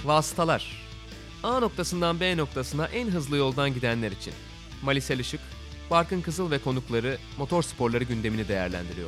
Vasıtalar. A noktasından B noktasına en hızlı yoldan gidenler için. Malisel Işık, Barkın Kızıl ve konukları motor sporları gündemini değerlendiriyor.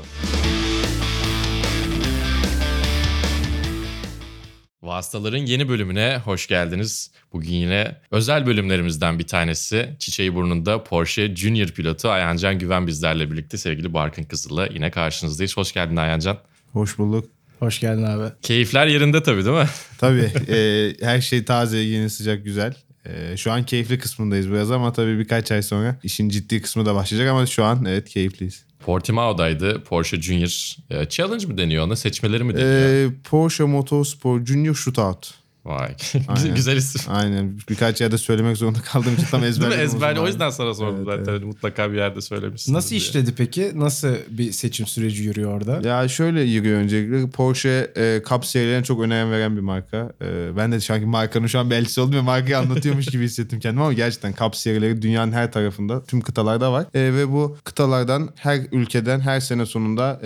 Vasıtaların yeni bölümüne hoş geldiniz. Bugün yine özel bölümlerimizden bir tanesi. Çiçeği burnunda Porsche Junior pilotu Ayhancan Güven bizlerle birlikte, sevgili Barkın Kızıl'la yine karşınızdayız. Hoş geldin Ayhancan. Hoş bulduk. Hoş geldin abi. Keyifler yerinde tabii, değil mi? Tabii her şey taze, yeni, sıcak, güzel. Şu an keyifli kısmındayız biraz ama tabii birkaç ay sonra işin ciddi kısmı da başlayacak ama şu an evet keyifliyiz. Portimao'daydı Porsche Junior. Challenge mi deniyor ona? Seçmeleri mi deniyor? Porsche Motorsport Junior Shootout. Vay. Aynen. Güzel isim. Aynen. Birkaç yerde söylemek zorunda kaldığım için tam ezberledim. Ezberli. O yüzden sana sordum Evet, zaten. evet. Mutlaka bir yerde söylemişsin. Nasıl işledi peki? Nasıl bir seçim süreci yürüyor orada? Ya şöyle yürüyor öncelikle. Porsche Cup serilerine çok önem veren bir marka. Ben de sanki markanın şu an bir elçisi oldum ve markayı anlatıyormuş gibi hissettim kendimi ama gerçekten Cup serileri dünyanın her tarafında, tüm kıtalarda var. Ve bu kıtalardan her ülkeden her sene sonunda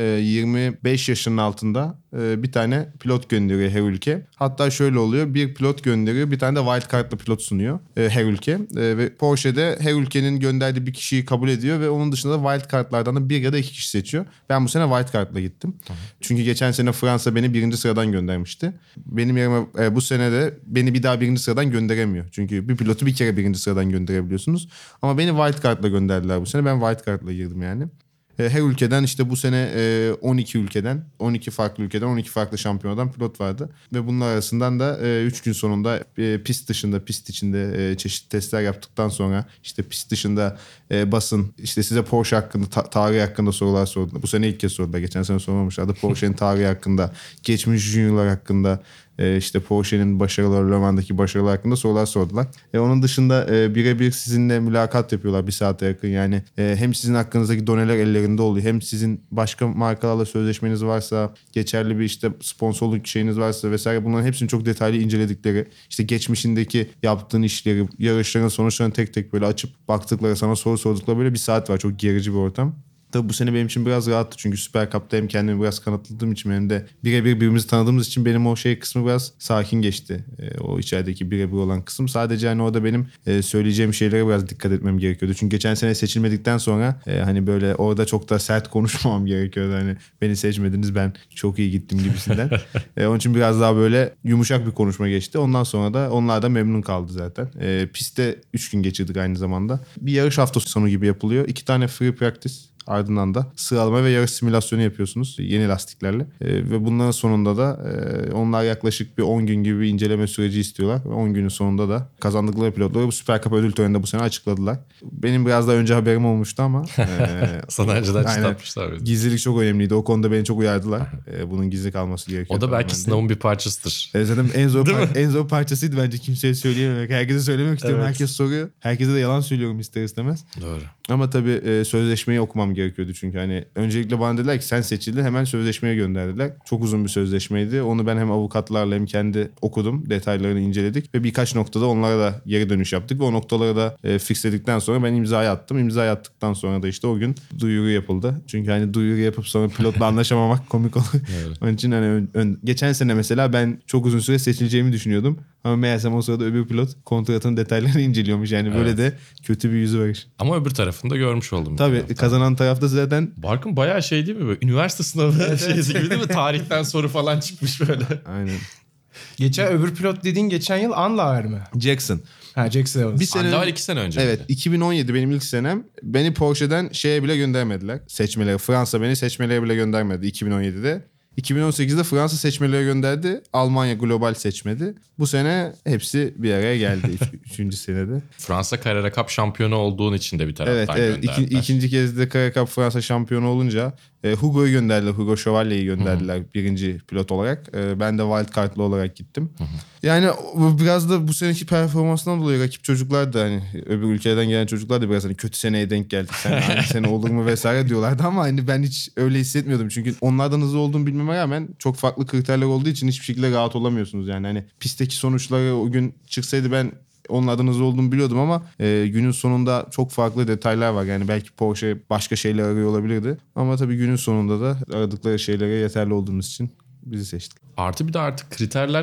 25 yaşının altında bir tane pilot gönderiyor her ülke. Hatta şöyle oluyor. Bir pilot gönderiyor. Bir tane de wildcard'lı pilot sunuyor her ülke. Ve Porsche'de her ülkenin gönderdiği bir kişiyi kabul ediyor ve onun dışında da wildcard'lardan da bir ya da iki kişi seçiyor. Ben bu sene wildcard'la gittim. Çünkü geçen sene Fransa beni birinci sıradan göndermişti. Benim yerime bu sene de beni bir daha birinci sıradan gönderemiyor. Çünkü bir pilotu bir kere birinci sıradan gönderebiliyorsunuz. Ama beni wildcard'la gönderdiler bu sene. Ben wildcard'la girdim yani. Her ülkeden işte bu sene 12 ülkeden, 12 farklı ülkeden, 12 farklı şampiyonadan pilot vardı. Ve bunun arasından da 3 gün sonunda pist dışında, pist içinde çeşitli testler yaptıktan sonra işte pist dışında basın, işte size Porsche hakkında, tarihi hakkında sorular sordular. Bu sene ilk kez sordular. Geçen sene sormamışlardı. Porsche'nin tarihi hakkında, geçmiş juniorlar hakkında, işte Porsche'nin başarıları, Le Mans'daki başarılar hakkında sorular sordular. Onun dışında birebir sizinle mülakat yapıyorlar bir saate yakın. Yani hem sizin hakkınızdaki doneler ellerinde oluyor. Hem sizin başka markalarla sözleşmeniz varsa, geçerli bir işte sponsorluk şeyiniz varsa vesaire, bunların hepsini çok detaylı inceledikleri, işte geçmişindeki yaptığın işleri, yarışların sonuçlarını tek tek böyle açıp baktıkları, sana soru sordukları böyle bir saat var. Çok gerici bir ortam. Tabii bu sene benim için biraz rahattı çünkü Süper Cup'ta hem kendimi biraz kanıtladığım için hem de birebir birbirimizi tanıdığımız için benim o şey kısmı biraz sakin geçti. O içerideki birebir olan kısım. Sadece hani orada benim söyleyeceğim şeylere biraz dikkat etmem gerekiyordu. Çünkü geçen sene seçilmedikten sonra hani böyle orada çok da sert konuşmamam gerekiyordu. Hani beni seçmediniz, ben çok iyi gittim gibisinden. Onun için biraz daha böyle yumuşak bir konuşma geçti. Ondan sonra da onlar da memnun kaldı zaten. Pistte 3 gün geçirdik aynı zamanda. Bir yarış hafta sonu gibi yapılıyor. 2 tane free practice. Ardından da sıralama ve yarış simülasyonu yapıyorsunuz yeni lastiklerle. Ve bunların sonunda da onlar yaklaşık bir 10 gün gibi bir inceleme süreci istiyorlar. Ve 10 günün sonunda da kazandıkları pilotları bu Süper Cup ödül töreninde bu sene açıkladılar. Benim biraz daha önce haberim olmuştu ama. Sana önceden çıtlatmışlar. Gizlilik çok önemliydi. O konuda beni çok uyardılar. Bunun gizli kalması gerekiyor. O da belki sınavın bir parçasıdır. Zaten en zor parçasıydı bence, kimseye söyleyememek. Herkese söylemek istiyorum. Evet. Herkes soruyor. Herkese de yalan söylüyorum ister istemez. Doğru. Ama tabii sözleşmeyi okumam gerekiyordu çünkü hani öncelikle bana dediler ki sen seçildin, hemen sözleşmeye gönderdiler. Çok uzun bir sözleşmeydi. Onu ben hem avukatlarla hem kendi okudum. Detaylarını inceledik ve birkaç noktada onlara da geri dönüş yaptık ve o noktaları da fixledikten sonra ben imzayı attım. İmzayı attıktan sonra da işte o gün duyuru yapıldı. Çünkü hani duyuru yapıp sonra pilotla anlaşamamak komik olur. Evet. Onun için hani geçen sene mesela ben çok uzun süre seçileceğimi düşünüyordum. Ama meğersem o sırada öbür pilot kontratın detaylarını inceliyormuş. Yani böyle de kötü bir yüzü var. Ama öbür tarafını da görmüş oldum. Tabii kazanan tarafta zaten. Barkın bayağı şey değil mi böyle? Üniversite sınavı şeysi gibi değil mi? Tarihten soru falan çıkmış böyle. Aynen. Geçen öbür pilot dediğin geçen yıl Andlauer mı? Jackson. Jackson. Bir sene, Andlauer 2 sene önce. Evet, 2017 benim ilk senem. Beni Porsche'den şeye bile göndermediler. Seçmeleri. Fransa beni seçmelere bile göndermedi 2017'de. 2018'de Fransa seçmeleri gönderdi. Almanya global seçmedi. Bu sene hepsi bir araya geldi 3. senede. Fransa Carrera Cup şampiyonu olduğun için de bir taraftan gönderdiler. İkinci kez de Carrera Cup Fransa şampiyonu olunca Hugo'yu gönderdiler. Hugo Chevalier'i gönderdiler birinci pilot olarak. Ben de wildcard'lı olarak gittim. Yani biraz da bu seneki performansından dolayı rakip çocuklar da hani öbür ülkelerden gelen çocuklar da biraz hani kötü seneye denk geldik. Sen aynı sene olur mu vesaire diyorlardı ama hani ben hiç öyle hissetmiyordum. Çünkü onlardan hızlı olduğumu bilmeme rağmen çok farklı kriterler olduğu için hiçbir şekilde rahat olamıyorsunuz yani. Hani pistteki sonuçları o gün çıksaydı ben onlardan hızlı olduğumu biliyordum ama günün sonunda çok farklı detaylar var. Yani belki Porsche başka şeyler arıyor olabilirdi. Ama tabii günün sonunda da aradıkları şeylere yeterli olduğumuz için bizi seçtik. Artı bir de artık kriterler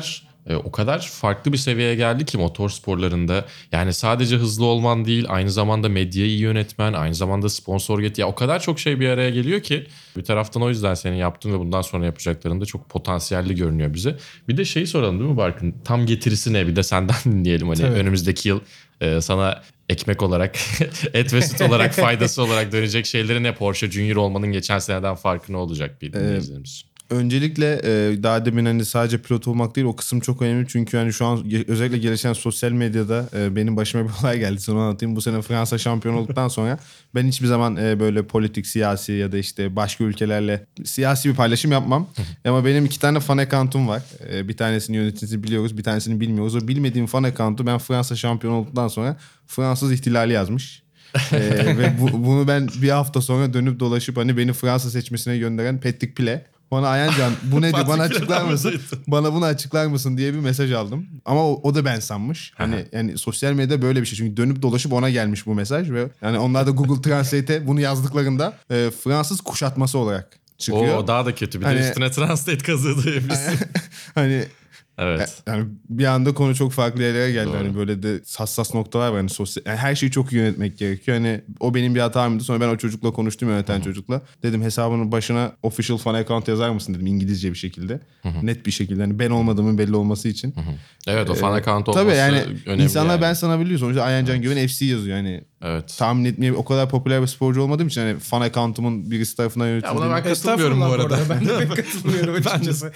o kadar farklı bir seviyeye geldi ki motor sporlarında. Yani sadece hızlı olman değil, aynı zamanda medyayı iyi yönetmen, aynı zamanda sponsor ya o kadar çok şey bir araya geliyor ki bir taraftan o yüzden senin yaptığın ve bundan sonra yapacakların da çok potansiyelli görünüyor bize. Bir de şeyi soralım değil mi Barkın? Tam getirisi ne? Bir de senden dinleyelim hani Tabii. önümüzdeki yıl sana ekmek olarak, et ve süt olarak, faydası olarak dönecek şeyleri ne? Porsche Junior olmanın geçen seneden farkı ne olacak bir dinleyicilerimiz? Öncelikle daha demin hani sadece pilot olmak değil, o kısım çok önemli. Çünkü hani şu an özellikle gelişen sosyal medyada benim başıma bir olay geldi, sana anlatayım. Bu sene Fransa şampiyon olduktan sonra ben hiçbir zaman böyle politik, siyasi ya da işte başka ülkelerle siyasi bir paylaşım yapmam. Ama benim 2 tane fan account'um var. Bir tanesinin yöneticisi biliyoruz, bir tanesini bilmiyoruz. O bilmediğim fan account'u ben Fransa şampiyon olduktan sonra Fransız ihtilali yazmış. Ve bunu ben bir hafta sonra dönüp dolaşıp hani beni Fransa seçmesine gönderen Patrick Pile bana Ayancan bu nedir bana açıklar mısın? Bana bunu açıklar mısın diye bir mesaj aldım. Ama o da ben sanmış. Hani yani sosyal medyada böyle bir şey. Çünkü dönüp dolaşıp ona gelmiş bu mesaj ve yani onlar da Google Translate'e bunu yazdıklarında Fransız kuşatması olarak çıkıyor. O daha da kötü. Bir Hani- de üstüne translate kazığı duyabilirsin. Hani Evet. yani bir anda konu çok farklı yerlere geldi. Hani böyle de hassas noktalar var. Hani sosyal, yani her şeyi çok iyi yönetmek gerekiyor. Hani o benim bir hatamdı. Sonra ben o çocukla konuştum, yöneten çocukla. Dedim hesabının başına official fan account yazar mısın dedim, İngilizce bir şekilde. Net bir şekilde. Hani ben olmadığımın belli olması için. Evet, o fan account olması Tabii yani önemli. insanlar yani. ben sana biliyor. Sonuçta Ayancan Güven FC yazıyor. Yani Evet. tahmin etmeye o kadar popüler bir sporcu olmadığım için hani fan account'umun birisi tarafından yönetildiğini. buna ben katılmıyorum bu arada. Ben de pek katılmıyorum açıkçası.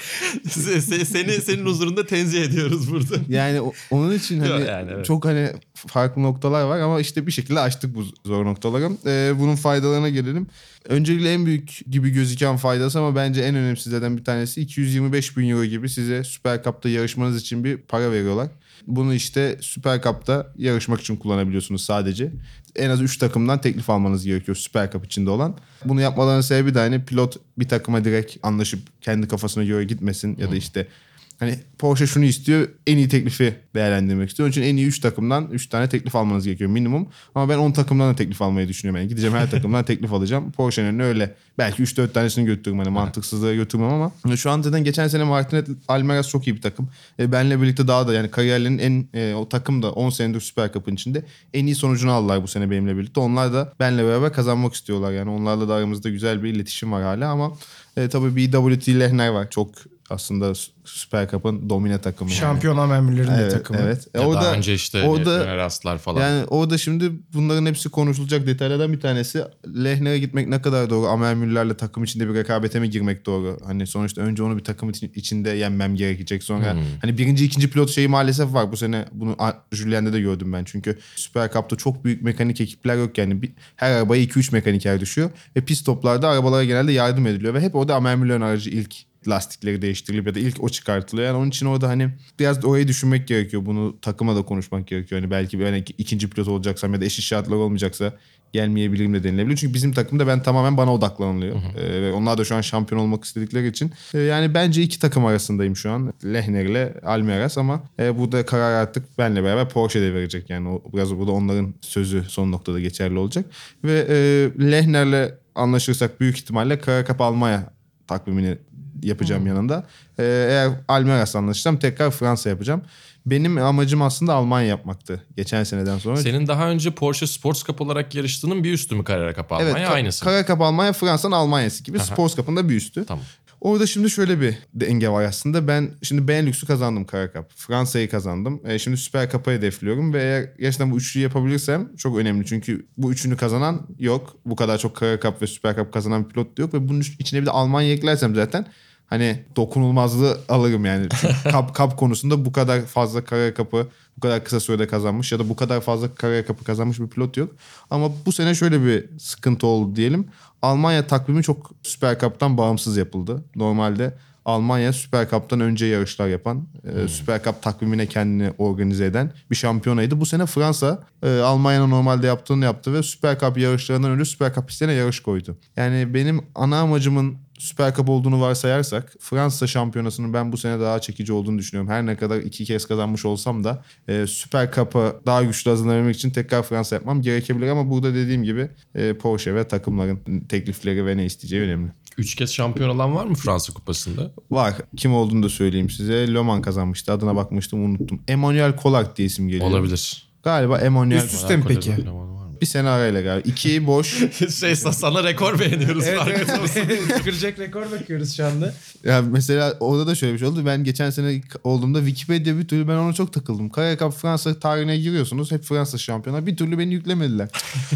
Senin huzurunda tenzih ediyoruz burada. Yani onun için hani Yok yani, evet. çok hani farklı noktalar var ama işte bir şekilde açtık bu zor noktaları. Bunun faydalarına gelelim. Öncelikle en büyük gibi gözüken faydası ama bence en önemsizlerden bir tanesi 225 bin euro gibi size Süper Cup'ta yarışmanız için bir para veriyorlar. Bunu işte Süper Cup'ta yarışmak için kullanabiliyorsunuz sadece. En az 3 takımdan teklif almanız gerekiyor Süper Cup içinde olan. Bunu yapmalarının sebebi de hani pilot bir takıma direkt anlaşıp kendi kafasına göre gitmesin ya da işte hani Porsche şunu istiyor, en iyi teklifi değerlendirmek istiyor. Onun için en iyi 3 takımdan 3 tane teklif almanız gerekiyor minimum. Ama ben 10 takımdan da teklif almayı düşünüyorum. Yani gideceğim her takımdan teklif alacağım. Porsche'nin önüne öyle. Belki 3-4 tanesini götürürüm. Hani mantıksızlığa götürmem ama. Şu an zaten geçen sene Martinet Almeras çok iyi bir takım. Benle birlikte daha da yani kariyerlerinin o takım da 10 senedir Süper Cup'ın içinde en iyi sonucunu aldılar bu sene benimle birlikte. Onlar da benle beraber kazanmak istiyorlar. Yani onlarla da aramızda güzel bir iletişim var hala ama tabii BWT Lehner var. Çok aslında Süper Cup'ın domine takımı. Şampiyon amirlerin de Evet, takımı. evet. Daha önce işte Rastlar falan. Yani orada şimdi bunların hepsi konuşulacak detaylardan bir tanesi. Lehner'e gitmek ne kadar doğru? Amer Müller'le takım içinde bir rekabete mi girmek doğru? Hani sonuçta önce onu bir takım içinde yenmem gerekecek. Sonra hani birinci, ikinci pilot şeyi maalesef var. Bu sene bunu Julien'de de gördüm ben. Çünkü Süper Cup'ta çok büyük mekanik ekipler yok yani. Her arabaya 2-3 mekaniker düşüyor. Ve pit stoplarda arabalara genelde yardım ediliyor. Ve hep orada Amer Müller'in aracı ilk lastikleri değiştirilip ya da ilk o çıkartılıyor. Yani onun için orada hani biraz da orayı düşünmek gerekiyor. Bunu takıma da konuşmak gerekiyor. Hani belki bir hani ikinci pilot olacaksam ya da eşit şartlar olmayacaksa gelmeyebilirim de denilebilir. Çünkü bizim takımda ben tamamen bana odaklanılıyor. Ve onlar da şu an şampiyon olmak istedikleri için. Yani bence 2 takım arasındayım şu an. Lehner ile Almeras ama burada karar artık benle beraber Porsche'de verecek. Yani biraz burada onların sözü son noktada geçerli olacak. Ve Lehner'le anlaşırsak büyük ihtimalle Kara Cup Almanya takvimini yapacağım yanında. Eğer Almeras'la anlaşırsam tekrar Fransa yapacağım. Benim amacım aslında Almanya yapmaktı geçen seneden sonra. Senin daha önce Porsche Sports Cup olarak yarıştığının bir üstü mü Carrera Cup Almanya? Evet, aynısı. Kara Cup Almanya Fransa'nın Almanya'sı gibi. Sports Cup'ın da bir üstü. Tamam. Orada şimdi şöyle bir denge var aslında. Ben şimdi Benelux'u kazandım Kara Cup. Fransa'yı kazandım. Şimdi Süper Cup'ı hedefliyorum ve eğer gerçekten bu üçlüyü yapabilirsem çok önemli. Çünkü bu üçünü kazanan yok. Bu kadar çok Kara Cup ve Süper Cup kazanan bir pilot da yok ve bunun içine bir de Almanya eklersem zaten hani dokunulmazlığı alırım yani. Cup konusunda bu kadar fazla Kara Cup'ı bu kadar kısa sürede kazanmış ya da bu kadar fazla Kara Cup'ı kazanmış bir pilot yok. Ama bu sene şöyle bir sıkıntı oldu diyelim. Almanya takvimi çok Süper Cup'tan bağımsız yapıldı. Normalde Almanya Süper Cup'tan önce yarışlar yapan, Süper Cup takvimine kendini organize eden bir şampiyonaydı. Bu sene Fransa Almanya'nın normalde yaptığını yaptı ve Süper Cup yarışlarından önce Süper Cup pistine yarış koydu. Yani benim ana amacımın Süper Cup olduğunu varsayarsak Fransa şampiyonasının ben bu sene daha çekici olduğunu düşünüyorum. Her ne kadar 2 kez kazanmış olsam da Süper Cup'a daha güçlü hazırlanabilmek için tekrar Fransa yapmam gerekebilir ama burada dediğim gibi Porsche ve takımların teklifleri ve ne isteyeceği önemli. 3 kez şampiyon olan var mı Fransa Kupası'nda? Var. Kim olduğunu da söyleyeyim size. Le Mans kazanmıştı. Adına bakmıştım, unuttum. Emmanuel Collard diye isim geliyor. Olabilir. Galiba Emmanuel. Üst üste mi peki? Bir sene arayla galiba. 2 boş. Sana rekor beğeniyoruz. Evet, farkında mısın? evet. Kıracak rekor bakıyoruz şu anda. Ya mesela orada da şöyle bir şey oldu. Ben geçen sene olduğumda Wikipedia bir türlü ben ona çok takıldım. Carrera Cup Fransa tarihine giriyorsunuz. Hep Fransa şampiyonlar. Bir türlü beni yüklemediler.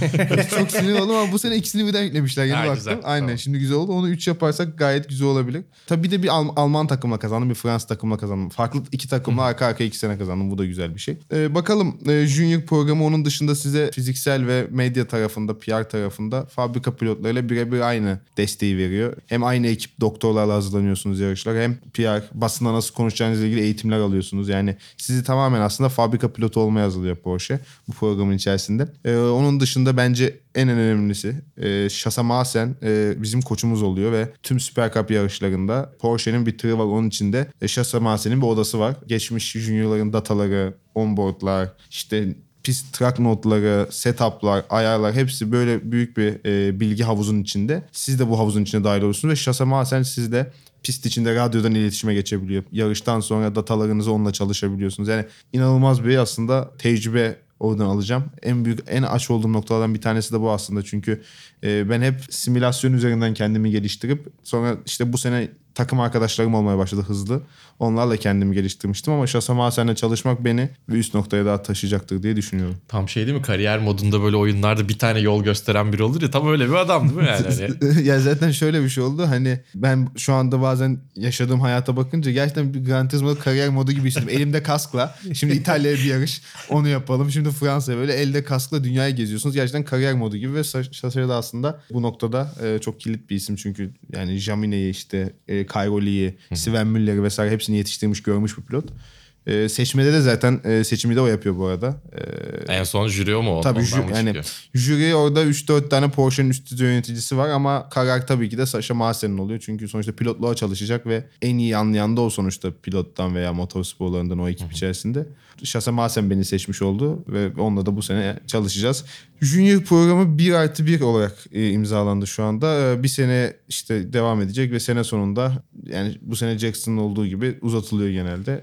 Çok sinir oldum ama bu sene ikisini birden yüklemişler. Yeni baktım. Güzel. Aynen, Tamam. şimdi güzel oldu. Onu 3 yaparsak gayet güzel olabilir. Tabii bir de bir Alman takımla kazandım. Bir Fransız takımla kazandım. Farklı 2 takımla arka arkaya 2 sene kazandım. Bu da güzel bir şey. Bakalım Junior programı onun dışında size fiziksel ve medya tarafında, PR tarafında fabrika pilotlarıyla birebir aynı desteği veriyor. Hem aynı ekip doktorlarla hazırlanıyorsunuz yarışlar, hem PR, basında nasıl konuşacağınızla ilgili eğitimler alıyorsunuz. Yani sizi tamamen aslında fabrika pilotu olmaya hazırlıyor Porsche bu programın içerisinde. Onun dışında bence en önemlisi Şasa Maassen bizim koçumuz oluyor ve tüm Süper Cup yarışlarında Porsche'nin bir tırı var, onun içinde Şasa Maassen'in bir odası var. Geçmiş juniorların dataları, onboardlar, işte pist track notları, setuplar, ayarlar, hepsi böyle büyük bir bilgi havuzunun içinde. Siz de bu havuzun içine dahil olursunuz ve Şasa Maassen sizle pist içinde radyodan iletişime geçebiliyor. Yarıştan sonra datalarınızı onunla çalışabiliyorsunuz. Yani inanılmaz bir aslında tecrübe oradan alacağım. En büyük, en aç olduğum noktalardan bir tanesi de bu aslında. Çünkü ben hep simülasyon üzerinden kendimi geliştirip sonra işte bu sene takım arkadaşlarım olmaya başladı hızlı. Onlarla kendimi geliştirmiştim ama Şasa Maassen'le çalışmak beni bir üst noktaya daha taşıyacaktır diye düşünüyorum. Tam şey değil mi? Kariyer modunda böyle oyunlarda bir tane yol gösteren biri olur ya. Tam öyle bir adam değil mi yani? Hani... Ya zaten şöyle bir şey oldu. Hani ben şu anda bazen yaşadığım hayata bakınca gerçekten bir Gran Turismo kariyer modu gibi hissediyorum. Elimde kaskla. Şimdi İtalya'ya bir yarış. Onu yapalım. Şimdi Fransa'ya, böyle elde kaskla dünyayı geziyorsunuz. Gerçekten kariyer modu gibi ve Şaşa'da aslında bu noktada çok kilit bir isim. Çünkü yani Jamine'yi, işte Cairoli'yi, Sven Müller'i vesaire hepsini yetiştirmiş, görmüş bir pilot. Seçmede de zaten seçimi de o yapıyor bu arada. En son jüri o mu? Tabii yani jüri orada 3-4 tane Porsche'nin üst düzey yöneticisi var ama karar tabii ki de Sasha Maassen'in oluyor. Çünkü sonuçta pilotluğa çalışacak ve en iyi anlayan da o sonuçta pilottan veya motorsporlarından o ekip içerisinde. Şasa Maassen beni seçmiş oldu ve onunla da bu sene çalışacağız. Junior programı 1+1 olarak imzalandı şu anda. Bir sene işte devam edecek ve sene sonunda, yani bu sene Jackson'ın olduğu gibi uzatılıyor genelde.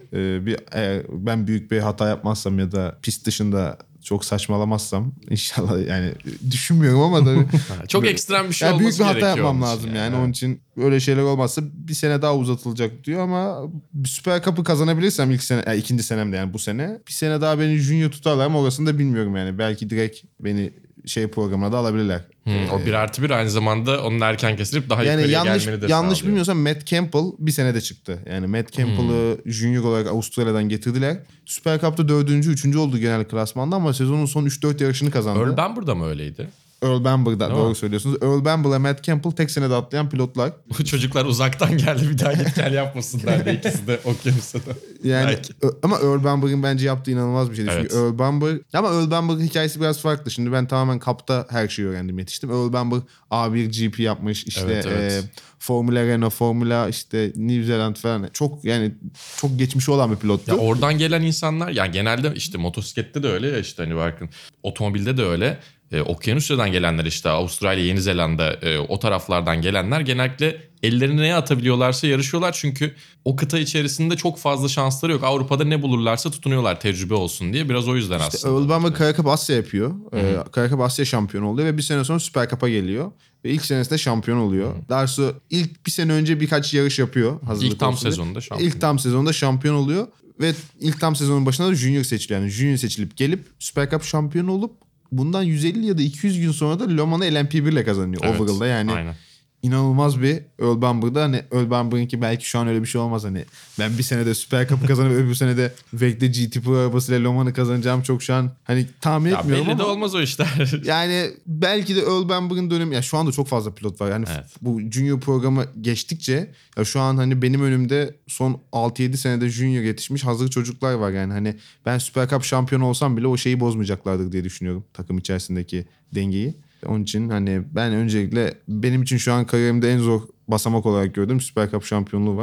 Ben büyük bir hata yapmazsam ya da pist dışında çok saçmalamazsam inşallah, yani düşünmüyorum ama da çok böyle, ekstrem bir şey yani olması büyük bir hata gerekiyor yapmam onun lazım için yani. Onun için öyle şeyler olmazsa bir sene daha uzatılacak diyor ama Süper Cup'ı kazanabilirsem ikinci senemde, yani bu sene bir sene daha beni junior tutarlar ama orasını da bilmiyorum yani. Belki direkt beni programına da alabilirler. O 1+1 aynı zamanda onun erken kesilip daha yani yukarıya gelmeni de yanlış sağlıyor. bilmiyorsam Matt Campbell bir senede çıktı. Yani Matt Campbell'ı junior olarak Avustralya'dan getirdiler. Süper Cup'ta 4. 3. oldu genel klasmanda ama sezonun son 3-4 yarışını kazandı. Earl Bamber'da mı öyleydi? Earl Bamber'da, Değil doğru mi? söylüyorsunuz. Earl Bamber'la Matt Campbell tek senede atlayan pilotlar. Bu çocuklar uzaktan geldi, bir daha git gel yapmasınlar diye ikisi de okyanusta da. Yani Belki. ama Earl Bamberg'in bence yaptığı inanılmaz bir şeydi. Evet. Çünkü Earl Bamberg hikayesi biraz farklı. Şimdi ben tamamen Cup'ta her şeyi öğrendim, yetiştim. Earl Bamberg A1 GP yapmış. İşte Evet. Formula Renault, Formula işte New Zealand falan. Çok geçmişi olan bir pilottu. Ya oradan gelen insanlar, yani genelde işte motosiklette de öyle ya, işte hani bakın otomobilde de öyle. Okyanusya'dan gelenler, işte Avustralya, Yeni Zelanda, o taraflardan gelenler genellikle ellerini neye atabiliyorlarsa yarışıyorlar. Çünkü o kıta içerisinde çok fazla şansları yok. Avrupa'da ne bulurlarsa tutunuyorlar tecrübe olsun diye. Biraz o yüzden İşte aslında. Earl Bamberg Carrera Cup Asya yapıyor. Carrera Cup Asya şampiyonu oluyor ve bir sene sonra Süper Cup'a geliyor. Ve ilk senesinde şampiyon oluyor. Daha sonra ilk bir sene önce birkaç yarış yapıyor. İlk tam sezonunda şampiyon. İlk tam sezonda şampiyon oluyor. Ve ilk tam sezonun başında da junior seçiliyor. Yani junior seçilip gelip Süper Cup şampiyonu olup bundan 150 ya da 200 gün sonra da Le Mans'ı LMP1 ile kazanıyor. Evet, Overall'da yani. aynen. İnanılmaz bir Earl Bamberg'da, hani Earl Bamberg'inki belki şu an öyle bir şey olmaz, hani ben bir senede Süper Cup'ı kazanıp öbür senede Vec'de GT Pro arabasıyla Le Mans'ı kazanacağım çok şu an hani tahmin Ya etmiyorum belli de ama olmaz o işler. yani belki de Earl Bamberg'in dönemi, ya şu anda çok fazla pilot var yani. Evet. Bu junior programı geçtikçe ya şu an hani benim önümde son 6-7 senede junior yetişmiş hazır çocuklar var yani. Hani ben Süper Cup şampiyonu olsam bile o şeyi bozmayacaklardır diye düşünüyorum, takım içerisindeki dengeyi. Onun için hani ben öncelikle, benim için şu an kariyerimde en zor basamak olarak gördüğüm Süper Cup şampiyonluğu var.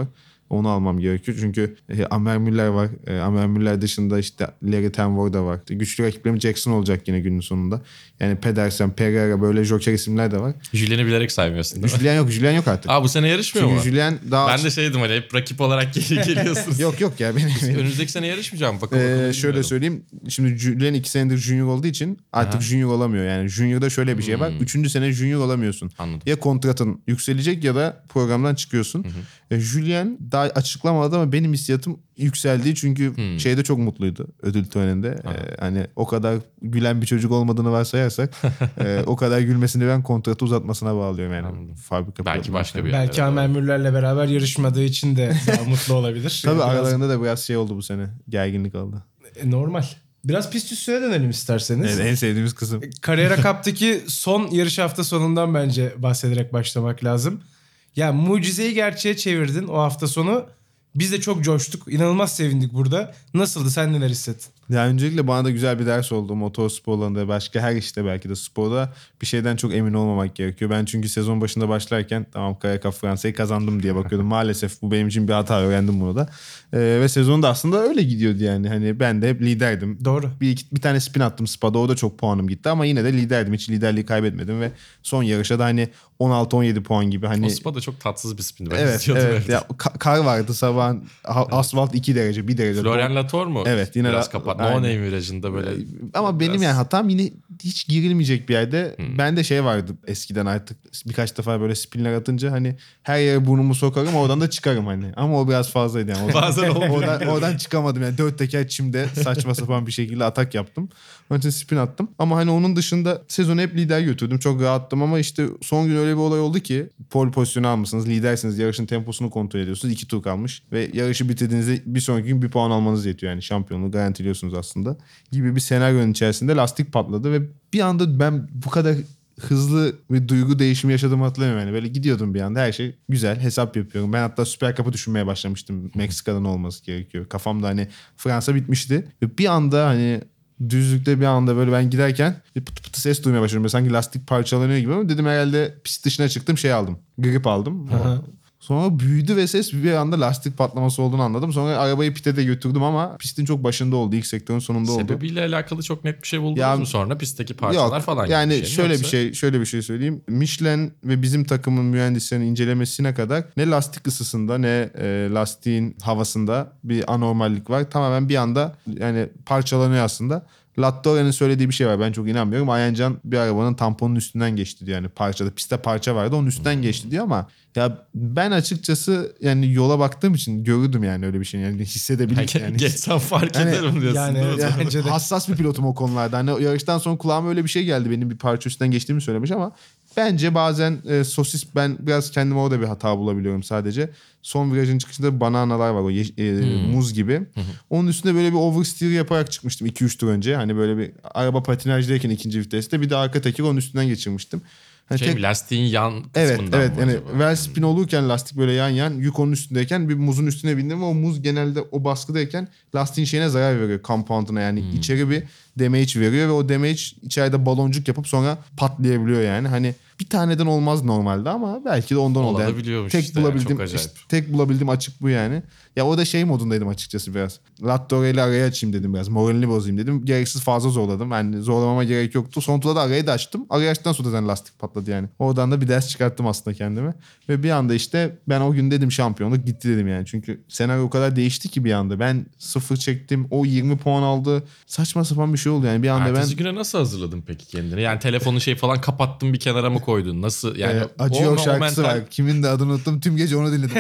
Onu almam gerekiyor. Çünkü Amer Müller var. Amer Müller dışında işte Larry Tenvoy da var. Güçlü rakiplerim Jackson olacak yine günün sonunda. Yani Pedersen, Pereira böyle joker isimler de var. Julien'i bilerek saymıyorsun değil mi? Julien yok artık. Bu sene yarışmıyor Çünkü mu? Julien daha... Ben de şeydim hani hep rakip olarak geliyorsunuz. Yok ya benim... Önümüzdeki sene yarışmayacağım. Bakalım. Şöyle söyleyeyim. Şimdi Julien 2 senedir junior olduğu için artık Aha. junior olamıyor. Yani junior'da şöyle bir şey var. 3. sene junior olamıyorsun. Anladım. Ya kontratın yükselecek ya da programdan çıkıyorsun. Julien daha açıklamadı ama benim hissiyatım yükseldi. Çünkü şeyde çok mutluydu ödül töreninde. Hani o kadar gülen bir çocuk olmadığını varsayarsak o kadar gülmesini ben kontratı uzatmasına bağlıyorum yani. Anladım. Fabrika Belki pilotundan başka sonra. bir Belki yerlere Amer doğru. Müller'le beraber yarışmadığı için de daha mutlu olabilir. Tabii Biraz aralarında da biraz şey oldu bu sene. Gerginlik oldu. normal. Biraz pist üstüne dönelim isterseniz. Evet, en sevdiğimiz kısım. Carrera Cup'taki son yarış hafta sonundan bence bahsederek başlamak lazım. Ya mucizeyi gerçeğe çevirdin o hafta sonu. Biz de çok coştuk. İnanılmaz sevindik burada. Nasıldı? Sen neler hissettin? Ya öncelikle bana da güzel bir ders oldu. Motor sporlarında, başka her işte belki de sporda bir şeyden çok emin olmamak gerekiyor. Ben çünkü sezon başında başlarken tamam Carrera Cup Fransa'yı kazandım diye bakıyordum. Maalesef bu benim için bir hata, öğrendim bunu da. Ve sezon da aslında öyle gidiyordu yani. Hani ben de hep liderdim. Doğru. Bir tane spin attım Spa'da, o da çok puanım gitti ama yine de liderdim. Hiç liderliği kaybetmedim ve son yarışta da hani 16-17 puan gibi hani... O Spa da çok tatsız bir spindi. Ben Evet, izliyordum evet. evde. Ya, kar vardı sabahın, asfalt 2 derece, 1 derece. Florian Latour mu? Evet, yine biraz kapat. No aynen. name virajında böyle. Ama benim biraz- yani hatam yine hiç girilmeyecek bir yerde. Bende şey vardı eskiden, artık birkaç defa böyle spinler atınca hani her yere burnumu sokarım, oradan da çıkarım hani. Ama o biraz fazlaydı yani. Bazen olmuyor. Oradan çıkamadım yani. 4 teker çimde saçma sapan bir şekilde atak yaptım. Onun için spin attım. Ama hani onun dışında sezonu hep lider götürdüm. Çok rahattım ama işte son gün öyle bir olay oldu ki pole pozisyonu almışsınız, lidersiniz, yarışın temposunu kontrol ediyorsunuz. 2 tur kalmış ve yarışı bitirdiğinizde bir sonraki gün 1 puan almanız yetiyor. Yani şampiyonluğu garantiliyorsunuz aslında gibi bir senaryonun içerisinde lastik patladı ve bir anda ben bu kadar hızlı bir duygu değişimi yaşadığımı hatırlamıyorum. Yani böyle gidiyordum bir anda, her şey güzel, hesap yapıyorum. Ben hatta Süper Cup'ı düşünmeye başlamıştım. Meksika'dan olması gerekiyor. Kafamda hani Fransa bitmişti. Ve bir anda hani düzlükte bir anda böyle ben giderken bir pıtı pıtı ses duymaya başladım. Böyle sanki lastik parçalanıyor gibi ama dedim herhalde pist dışına çıktım, şey aldım. Grip aldım. Sonra büyüdü ve ses bir anda lastik patlaması olduğunu anladım. Sonra arabayı pite de götürdüm ama pistin çok başında oldu. İlk sektörün sonunda oldu. Sebebiyle alakalı çok net bir şey buldunuz Ya- mu sonra? Pistteki parçalar Yok, falan gibi yani bir şey mi yoksa? şöyle bir şey söyleyeyim. Michelin ve bizim takımın mühendislerinin incelemesine kadar ne lastik ısısında ne lastiğin havasında bir anormallik var. Tamamen bir anda yani parçalanıyor aslında. Lattore'nin söylediği bir şey var, ben çok inanmıyorum. Ayancan bir arabanın tamponun üstünden geçti diyor. Yani parçada, pistte parça vardı, onun üstünden geçti diyor ama ya ben açıkçası yani yola baktığım için görürdüm yani öyle bir şey, yani hissedebilirim yani. Geçsem fark Yani- ederim diyorsun yani- değil mi? yani- Bence de. Hassas bir pilotum o konularda. Hani yarıştan sonra kulağıma öyle bir şey geldi. Benim bir parça üstünden geçtiğimi söylemiş ama bence bazen sosis, ben biraz kendime orada bir hata bulabiliyorum sadece. Son virajın çıkışında bananalar var, o muz gibi. Onun üstünde böyle bir oversteer yaparak çıkmıştım 2-3 tur önce. Hani böyle bir araba patinajdayken ikinci viteste bir de arka tekeri onun üstünden geçirmiştim. Hani Lastiğin yan Evet, kısmından evet. mı Yani acaba? well spin olurken lastik böyle yan yan, yük onun üstündeyken bir muzun üstüne bindim ve o muz genelde o baskıdayken lastiğin şeyine zarar veriyor, compound'una yani. içeri bir damage veriyor ve o damage içeride baloncuk yapıp sonra patlayabiliyor yani. Hani bir taneden olmaz normalde ama belki de ondan oldu. Yani Olabiliyormuş tek işte ya, bulabildiğim, çok acayip. tek bulabildiğim açık bu yani. Ya o da şey modundaydım açıkçası biraz. Lattore ile araya açayım dedim biraz. Moralini bozayım dedim. Gereksiz fazla zorladım. Yani zorlamama gerek yoktu. Son turda da arayı da açtım. Arayı açtıktan sonra zaten lastik patladı yani. Oradan da bir ders çıkarttım aslında kendime. Ve bir anda işte ben o gün dedim şampiyonluk gitti dedim yani. Çünkü senaryo o kadar değişti ki bir anda. Ben 0 çektim. O 20 puan aldı. Saçma sapan bir şey oldu yani. Bir anda Ertesi güne nasıl hazırladın peki kendini? Yani telefonu falan kapattın, bir kenara mı koydun? Nasıl? Yani Acı Yok şarkısı mental- var. Kimin de adını unuttum. Tüm gece onu dinledim.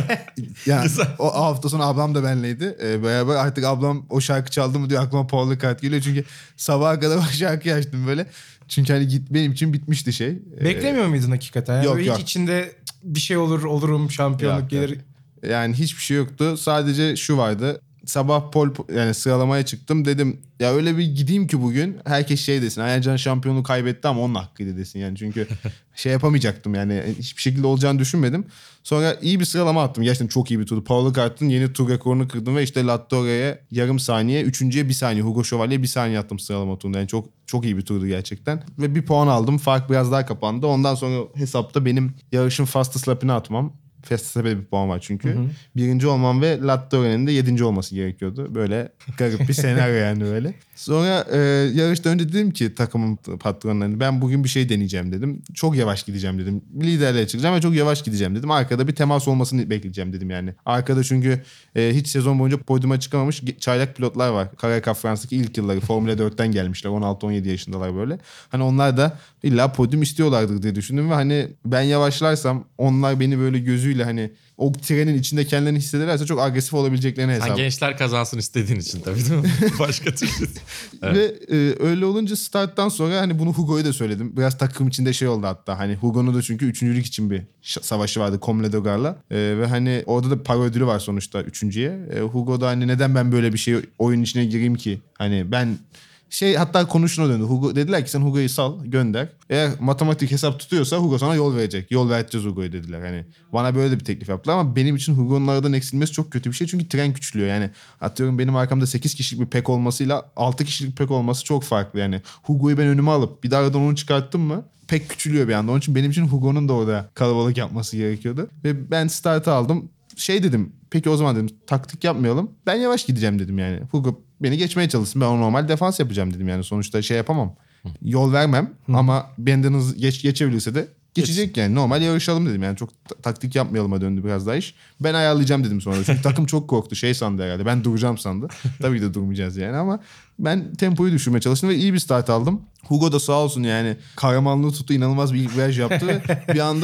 Yani o hafta sonu ablam da benleydi. Beraber artık ablam o şarkı çaldı mı diyor, aklıma Paul Ricard geliyor. Çünkü sabaha kadar o şarkıyı açtım böyle. Çünkü hani benim için bitmişti şey. Beklemiyor muydun hakikaten? Yani yok, böyle yok. hiç içinde bir şey olurum, şampiyonluk Yok, gelir. Yani hiçbir şey yoktu. Sadece şu vardı. Sabah yani sıralamaya çıktım. Dedim ya öyle bir gideyim ki bugün herkes şey desin. Ayancan şampiyonluğu kaybetti ama onun hakkıydı desin yani. Çünkü şey yapamayacaktım yani, hiçbir şekilde olacağını düşünmedim. Sonra iyi bir sıralama attım. Gerçekten çok iyi bir turdu. Paul Ricard'ın yeni tur rekorunu kırdım ve işte Lattore'ye yarım saniye, üçüncüye bir saniye, Hugo Chauvel'e bir saniye attım sıralama turunda. Yani çok çok iyi bir turdu gerçekten. Ve bir puan aldım. Fark biraz daha kapandı. Ondan sonra hesapta benim yarışın fastest lap'ini atmam. Verstappen'e bir puan var çünkü. Birinci olmam ve Lattore'nin de 7. olması gerekiyordu. Böyle garip bir senaryo yani böyle. Sonra yarıştan önce dedim ki takımın patronlarına ben bugün bir şey deneyeceğim dedim. Çok yavaş gideceğim dedim. Liderliğe çıkacağım ve çok yavaş gideceğim dedim. Arkada bir temas olmasını bekleyeceğim dedim yani. Arkada çünkü hiç sezon boyunca podyuma çıkamamış çaylak pilotlar var. Karayaka Fransa'daki ilk yılları Formula 4'ten gelmişler. 16-17 yaşındalar böyle. Hani onlar da illa podyum istiyorlardır diye düşündüm ve hani ben yavaşlarsam onlar beni böyle gözüyle hani o trenin içinde kendilerini hissederlerse çok agresif olabileceklerini Sen hesap. gençler kazansın istediğin için tabii değil mi? Başka türlü. Evet. Ve öyle olunca starttan sonra hani bunu Hugo'ya da söyledim. Biraz takım içinde şey oldu hatta. Hani Hugo'nun da çünkü üçüncülük için bir savaşı vardı Comledogar'la. Ve hani orada da para ödülü var sonuçta üçüncüye. Hugo da hani neden ben böyle bir şey oyun içine gireyim ki? Hani ben hatta konuşuna döndü. Hugo dediler ki sen Hugo'yu sal gönder. Eğer matematik hesap tutuyorsa Hugo sana yol verecek. Yol vereceğiz Hugo'yu dediler. Hani bana böyle de bir teklif yaptılar ama benim için Hugo'nun aradan eksilmesi çok kötü bir şey. Çünkü tren küçülüyor. Yani atıyorum benim arkamda 8 kişilik bir pek olmasıyla 6 kişilik pek olması çok farklı. Yani Hugo'yu ben önüme alıp bir daha aradan onu çıkarttım mı pek küçülüyor bir anda. Onun için benim için Hugo'nun da orada kalabalık yapması gerekiyordu. Ve ben startı aldım. Dedim peki o zaman dedim taktik yapmayalım. Ben yavaş gideceğim dedim yani. Hugo beni geçmeye çalışsın. Ben o normal defans yapacağım dedim yani. Sonuçta şey yapamam. Yol vermem ama benden hızlı geçebilirse de geçecek yani. Normal yarışalım dedim yani. Çok taktik yapmayalıma döndü biraz daha iş. Ben ayarlayacağım dedim sonra. Çünkü takım çok korktu. Sandı herhalde. Ben duracağım sandı. Tabii de durmayacağız yani ama ben tempoyu düşürmeye çalıştım ve iyi bir start aldım. Hugo da sağ olsun yani kahramanlığı tuttu. İnanılmaz bir ilk viraj yaptı ve bir anda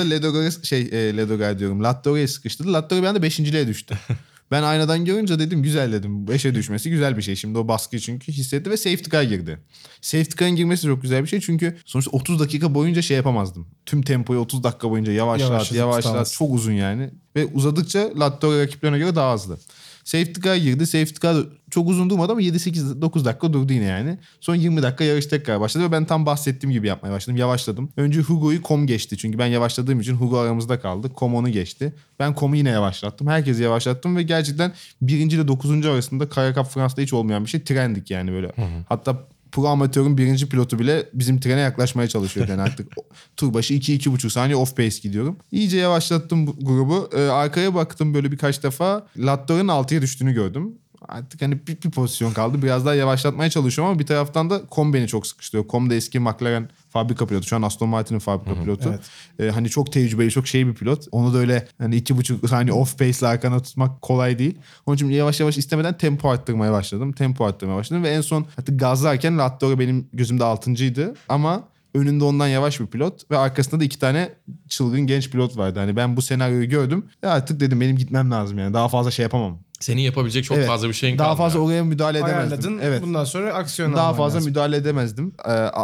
Lattore'ye sıkıştırdı. Lattore bir anda 5.liğe düştü. Ben aynadan görünce dedim güzel dedim. 5'e düşmesi güzel bir şey. Şimdi o baskıyı çünkü hissetti ve safety car girdi. Safety car'ın girmesi çok güzel bir şey. Çünkü sonuçta 30 dakika boyunca yapamazdım. Tüm tempoyu 30 dakika boyunca yavaşlat. Çok uzun yani. Ve uzadıkça Lattore rakiplerine göre daha hızlı. Safety car girdi. Safety car çok uzun durmadı ama 7-8-9 dakika durdu yine yani. Son 20 dakika yarış tekrar başladı ve ben tam bahsettiğim gibi yapmaya başladım. Yavaşladım. Önce Hugo'yu Kom geçti. Çünkü ben yavaşladığım için Hugo aramızda kaldı. Kom onu geçti. Ben Kom'u yine yavaşlattım. Herkesi yavaşlattım ve gerçekten 1. ile 9. arasında Kara Cup Fransa'da hiç olmayan bir şey. Trendik yani böyle. Hatta pro amatörün 1. pilotu bile bizim trene yaklaşmaya çalışıyor. Yani artık tur başı 2-2,5 saniye off pace gidiyorum. İyice yavaşlattım bu grubu. Arkaya baktım böyle birkaç defa. Lattore'nin 6'ya düştüğünü gördüm. Artık hani bir pozisyon kaldı. Biraz daha yavaşlatmaya çalışıyorum ama bir taraftan da Com beni çok sıkıştırıyor. Com da eski McLaren fabrika pilotu. Şu an Aston Martin'in fabrika pilotu. Evet. Hani çok tecrübeli, çok bir pilot. Onu da öyle hani 2,5 saniye off pace'le arkana tutmak kolay değil. Onun için yavaş yavaş istemeden tempo arttırmaya başladım. Ve en son hatta gazlarken Lattore benim gözümde 6.'ydı ama önünde ondan yavaş bir pilot ve arkasında da 2 tane çılgın genç pilot vardı. Hani ben bu senaryoyu gördüm. Artık dedim benim gitmem lazım yani. Daha fazla yapamam. Senin yapabilecek çok fazla bir şeyin kaldı. Daha fazla oraya müdahale edemezdim. Ayarladın. Evet. Bundan sonra aksiyon daha fazla lazım. müdahale edemezdim.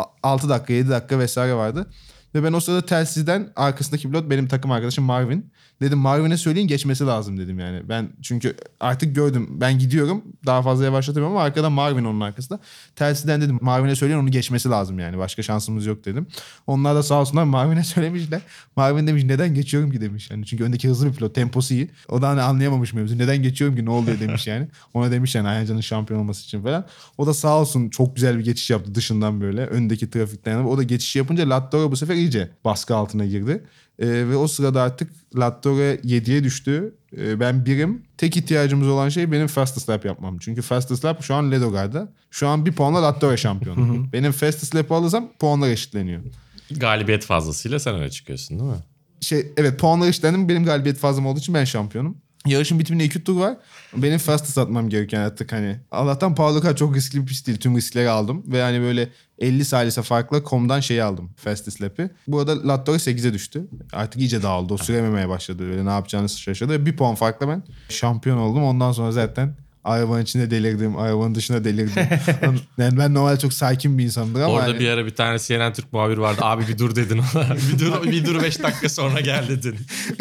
6 dakika 7 dakika vesaire vardı. Ve ben o sırada telsizden arkasındaki pilot benim takım arkadaşım Marvin. Dedim Marvin'e söyleyin geçmesi lazım dedim yani. Ben çünkü artık gördüm ben gidiyorum daha fazla yavaşlatamıyorum ama arkadan Marvin onun arkasında. Telsizden dedim Marvin'e söyleyin onu geçmesi lazım yani başka şansımız yok dedim. Onlar da sağ olsunlar Marvin'e söylemişler. Marvin demiş neden geçiyorum ki demiş. Yani çünkü öndeki hızlı bir pilot temposu iyi. O da hani anlayamamış mevzu. Neden geçiyorum ki ne oluyor demiş yani. Ona demiş yani Ayhancan'ın şampiyon olması için falan. O da sağ olsun çok güzel bir geçiş yaptı dışından böyle. Öndeki trafikten. O da geçiş yapınca Lattore bu sefer iyice baskı altına girdi. Ve o sırada artık Lattore 7'ye düştü. Ben 1'im. Tek ihtiyacımız olan şey benim fastest lap yapmam. Çünkü fastest lap şu an Ledogar'da. Şu an bir puanla Lattore şampiyonu. Benim fastest lap'ı alırsam puanlar eşitleniyor. Galibiyet fazlasıyla sen öne çıkıyorsun değil mi? Evet puanlar eşitlendi. Benim galibiyet fazlam olduğu için ben şampiyonum. Yarışın bitiminde 2 tur var. Benim fastest atmam gereken artık hani. Allah'tan Paul Ricard çok riskli bir pist değil. Tüm riskleri aldım. Ve hani böyle 50 salise farkla Com'dan aldım. Fastest lap'i. Bu arada Lattore 8'e düştü. Artık iyice dağıldı. O sürememeye başladı. Öyle ne yapacağını şaşırdı. Ve 1 puan farkla ben şampiyon oldum. Ondan sonra zaten arabanın içinde delirdim. Arabanın dışında delirdim. Yani ben normalde çok sakin bir insanımdır ama... Orada bir ara bir tane CNN Türk muhabiri vardı. Abi bir dur dedin ona. bir dur 5 dakika sonra gel dedin.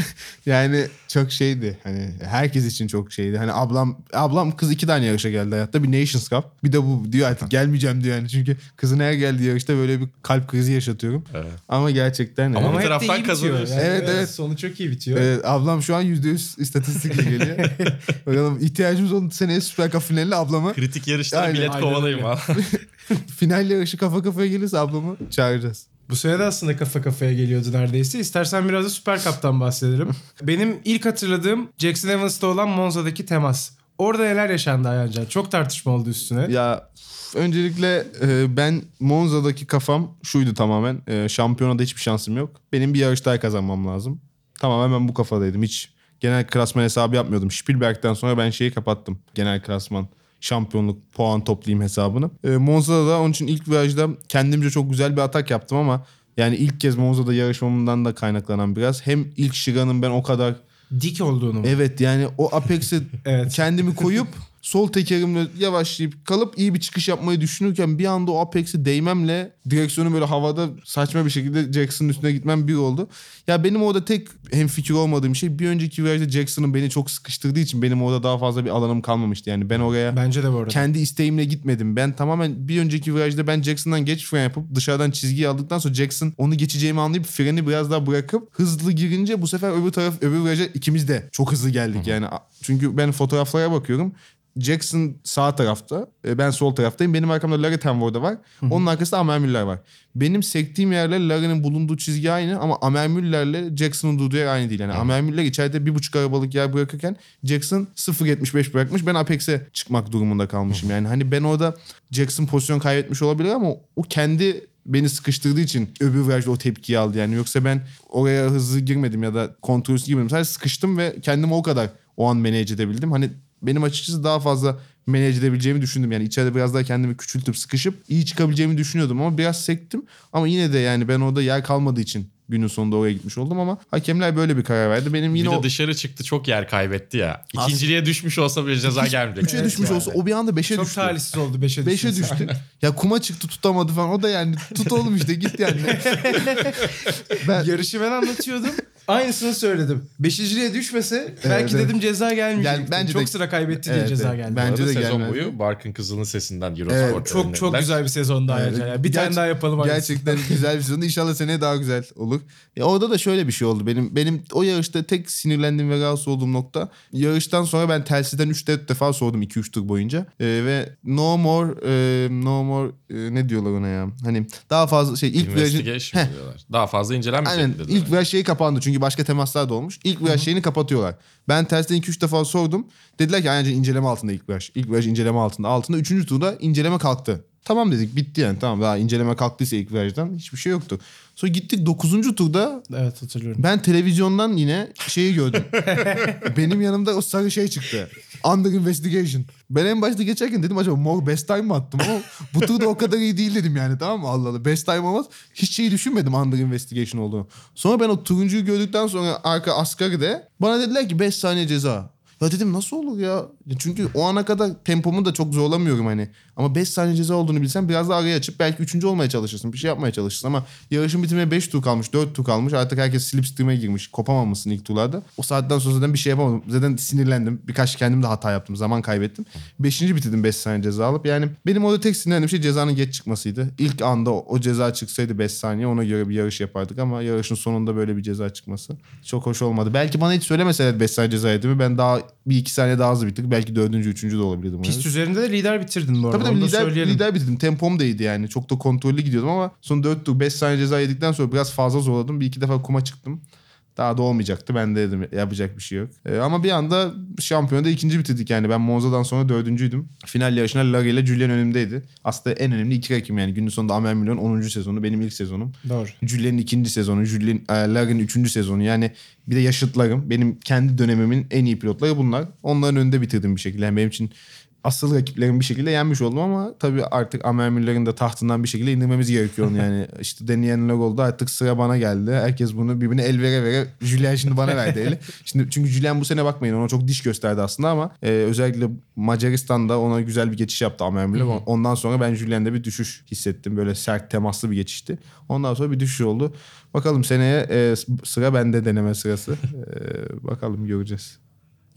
Yani çok hani herkes için çok hani ablam kız 2 tane yarışa geldi hayatta bir Nations Cup bir de bu diyor artık gelmeyeceğim diyor yani çünkü kızın her geldiği yarışta böyle bir kalp krizi yaşatıyorum. Evet. Ama gerçekten ama yani. bir taraftan kazanıyorsun. Yani. Evet. Sonu çok iyi bitiyor. Evet, ablam şu an %100 istatistikle geliyor. Bakalım ihtiyacımız olan seneye Süper Cup finaline ablamı kritik yarışlara bilet kovalayayım abi. Final yarışı kafa kafaya gelirse ablamı çağıracağız. Bu sene de aslında kafa kafaya geliyordu neredeyse. İstersen biraz da Süper Cup'tan bahsedelim. Benim ilk hatırladığım Jackson Evans'ta olan Monza'daki temas. Orada neler yaşandı Ayhancan? Çok tartışma oldu üstüne. Ya öncelikle ben Monza'daki kafam şuydu tamamen. Şampiyonada hiçbir şansım yok. Benim bir yarış daha kazanmam lazım. Tamamen ben bu kafadaydım. Hiç genel klasman hesabı yapmıyordum. Spielberg'den sonra ben şeyi kapattım. Genel klasman, şampiyonluk, puan toplayayım hesabını. Monza'da da onun için ilk virajda kendimce çok güzel bir atak yaptım ama yani ilk kez Monza'da yarışmamdan da kaynaklanan biraz. Hem ilk Şiga'nın ben o kadar Dik olduğunu mu? evet yani o Apex'e Evet. kendimi koyup sol tekerimle yavaşlayıp kalıp iyi bir çıkış yapmayı düşünürken bir anda o Apex'e değmemle direksiyonu böyle havada saçma bir şekilde Jackson'ın üstüne gitmem bir oldu. Ya benim orada tek hemfikir olmadığım şey bir önceki virajda Jackson'ın beni çok sıkıştırdığı için benim orada daha fazla bir alanım kalmamıştı. Yani ben oraya Bence de bu arada. kendi isteğimle gitmedim. Ben tamamen bir önceki virajda ben Jackson'dan geç fren yapıp dışarıdan çizgiyi aldıktan sonra Jackson onu geçeceğimi anlayıp freni biraz daha bırakıp hızlı girince bu sefer öbür viraja ikimiz de çok hızlı geldik. Yani çünkü ben fotoğraflara bakıyorum. Jackson sağ tarafta, ben sol taraftayım. Benim arkamda Larry Tenvoor'da var. Onun arkasında Amer Müller var. Benim sektiğim yerle Larry'nin bulunduğu çizgi aynı ama Amer Müller'le Jackson'ın durduğu yer aynı değil. Yani Amer Müller içeride 1,5 arabalık yer bırakırken Jackson 0.75 bırakmış. Ben Apex'e çıkmak durumunda kalmışım. Yani hani ben orada Jackson pozisyon kaybetmiş olabilir ama o kendi beni sıkıştırdığı için öbür virajda o tepkiyi aldı yani. Yoksa ben oraya hızlı girmedim ya da kontrolsüz girmedim. Sadece sıkıştım ve kendimi o kadar o an manage edebildim. Hani benim açıkçası daha fazla manage edebileceğimi düşündüm. Yani içeride biraz daha kendimi küçültüp sıkışıp iyi çıkabileceğimi düşünüyordum ama biraz sektim. Ama yine de yani ben orada yer kalmadığı için günün sonunda oraya gitmiş oldum ama hakemler böyle bir karar verdi. Benim yine Bir de dışarı çıktı, çok yer kaybetti ya. İkinciliğe düşmüş olsa bir ceza gelmeyecek. 3'e düşmüş olsa o bir anda 5'e Çok düştü. talihsiz oldu 5'e 5'e düştü. Ya kuma çıktı tutamadı falan. O da yani tut oğlum işte git yani. Yarışı ben anlatıyordum. Aynısını söyledim. Beşinciliğe düşmese belki evet. dedim ceza gelmeyecekti. Bence çok de- sıra kaybetti diye Evet, ceza evet. geldi. Bence de Sezon gelmez. boyu Barkın Kızıl'ın sesinden Eurosport Çok güzel bir sezondu Ayhancan. Ya. Bir tane daha yapalım. Gerçekten güzel bir sezon. İnşallah seneye daha güzel olur. Ya orada da şöyle bir şey oldu. Benim o yarışta tek sinirlendiğim ve rahatsız olduğum nokta, yarıştan sonra ben telsizden 3-4 defa sordum 2-3 tur boyunca. Ve no more ne diyorlar ona ya? Hani daha fazla şey ilk virajın Investigation mi diyorlar. Daha fazla incelenmeyecek aynen dediler. ilk viraj şeyi kapandı çünkü başka temaslar da olmuş. İlk viraj şeyini kapatıyorlar. Ben tersten 2-3 defa sordum. Dediler ki ayrıca inceleme altında ilk viraj. İlk viraj inceleme altında. Altında 3. turda inceleme kalktı. Tamam dedik bitti yani tamam daha inceleme kalktıysa ilk virajdan hiçbir şey yoktu. Sonra gittik 9. turda Evet hatırlıyorum. ben televizyondan yine şeyi gördüm. Benim yanımda o sarı şey çıktı. Under investigation. Ben en başta geçerken dedim acaba more best time mı attım ama bu turda o kadar iyi değil dedim yani tamam mı Allah Allah. Best time olmaz. Hiç şeyi düşünmedim under investigation olduğunu. Sonra ben o turuncuyu gördükten sonra arka asgaride bana dediler ki 5 saniye ceza. Ya dedim nasıl olur ya? Çünkü o ana kadar tempomu da çok zorlamıyorum hani. Ama 5 saniye ceza olduğunu bilsem biraz da araya açıp belki 3. olmaya çalışırsın. Bir şey yapmaya çalışırsın ama yarışın bitimine 5 tur kalmış, 4 tur kalmış. Artık herkes slipstream'e girmiş. Kopamamışsın ilk turlarda. O saatten sonra zaten bir şey yapamadım. Zaten sinirlendim. Birkaç kendim de hata yaptım. Zaman kaybettim. 5. bitirdim 5 saniye ceza alıp. Yani benim orada tek sinirlendiğim şey cezanın geç çıkmasıydı. İlk anda o ceza çıksaydı 5 saniye ona göre bir yarış yapardık ama yarışın sonunda böyle bir ceza çıkması çok hoş olmadı. Belki bana hiç söylemeseler 5 saniye ceza yediğimi ben daha 1-2 saniye daha hızlı bitirdik. Belki 4. 3. de olabilirdim. Pist üzerinde de lider bitirdin bu arada. Tabii Onu da lider, söyleyelim. lider bitirdim. Tempom da iyiydi yani. Çok da kontrollü gidiyordum ama son 4 tur 5 saniye ceza yedikten sonra biraz fazla zorladım. Bir iki defa kuma çıktım. Daha da olmayacaktı. Ben de dedim yapacak bir şey yok. Ama bir anda şampiyonada 2. bitirdik yani. Ben Monza'dan sonra 4.'üydüm. Final yarışına Larry ile Julien önümdeydi. Aslında en önemli 2 rakibim yani. Günün sonunda Amer Millon 10. sezonu. Benim ilk sezonum. Doğru. Julien'in 2. sezonu. Larry'nin 3. sezonu. Yani bir de yaşıtlarım. Benim kendi dönemimin en iyi pilotları bunlar. Onların önünde bitirdim bir şekilde. Yani benim için asıl rakiplerin bir şekilde yenmiş oldum ama tabii artık Amer Müller'in de tahtından bir şekilde indirmemiz gerekiyor onu yani. İşte deneyenler oldu artık sıra bana geldi. Herkes bunu birbirine el vere vere Julien şimdi bana verdi eli. Şimdi çünkü Julien bu sene bakmayın ona çok diş gösterdi aslında ama özellikle Macaristan'da ona güzel bir geçiş yaptı Amer Müller. Ondan sonra ben Julien'de bir düşüş hissettim. Böyle sert temaslı bir geçişti. Ondan sonra bir düşüş oldu. Bakalım seneye sıra bende deneme sırası. Bakalım göreceğiz.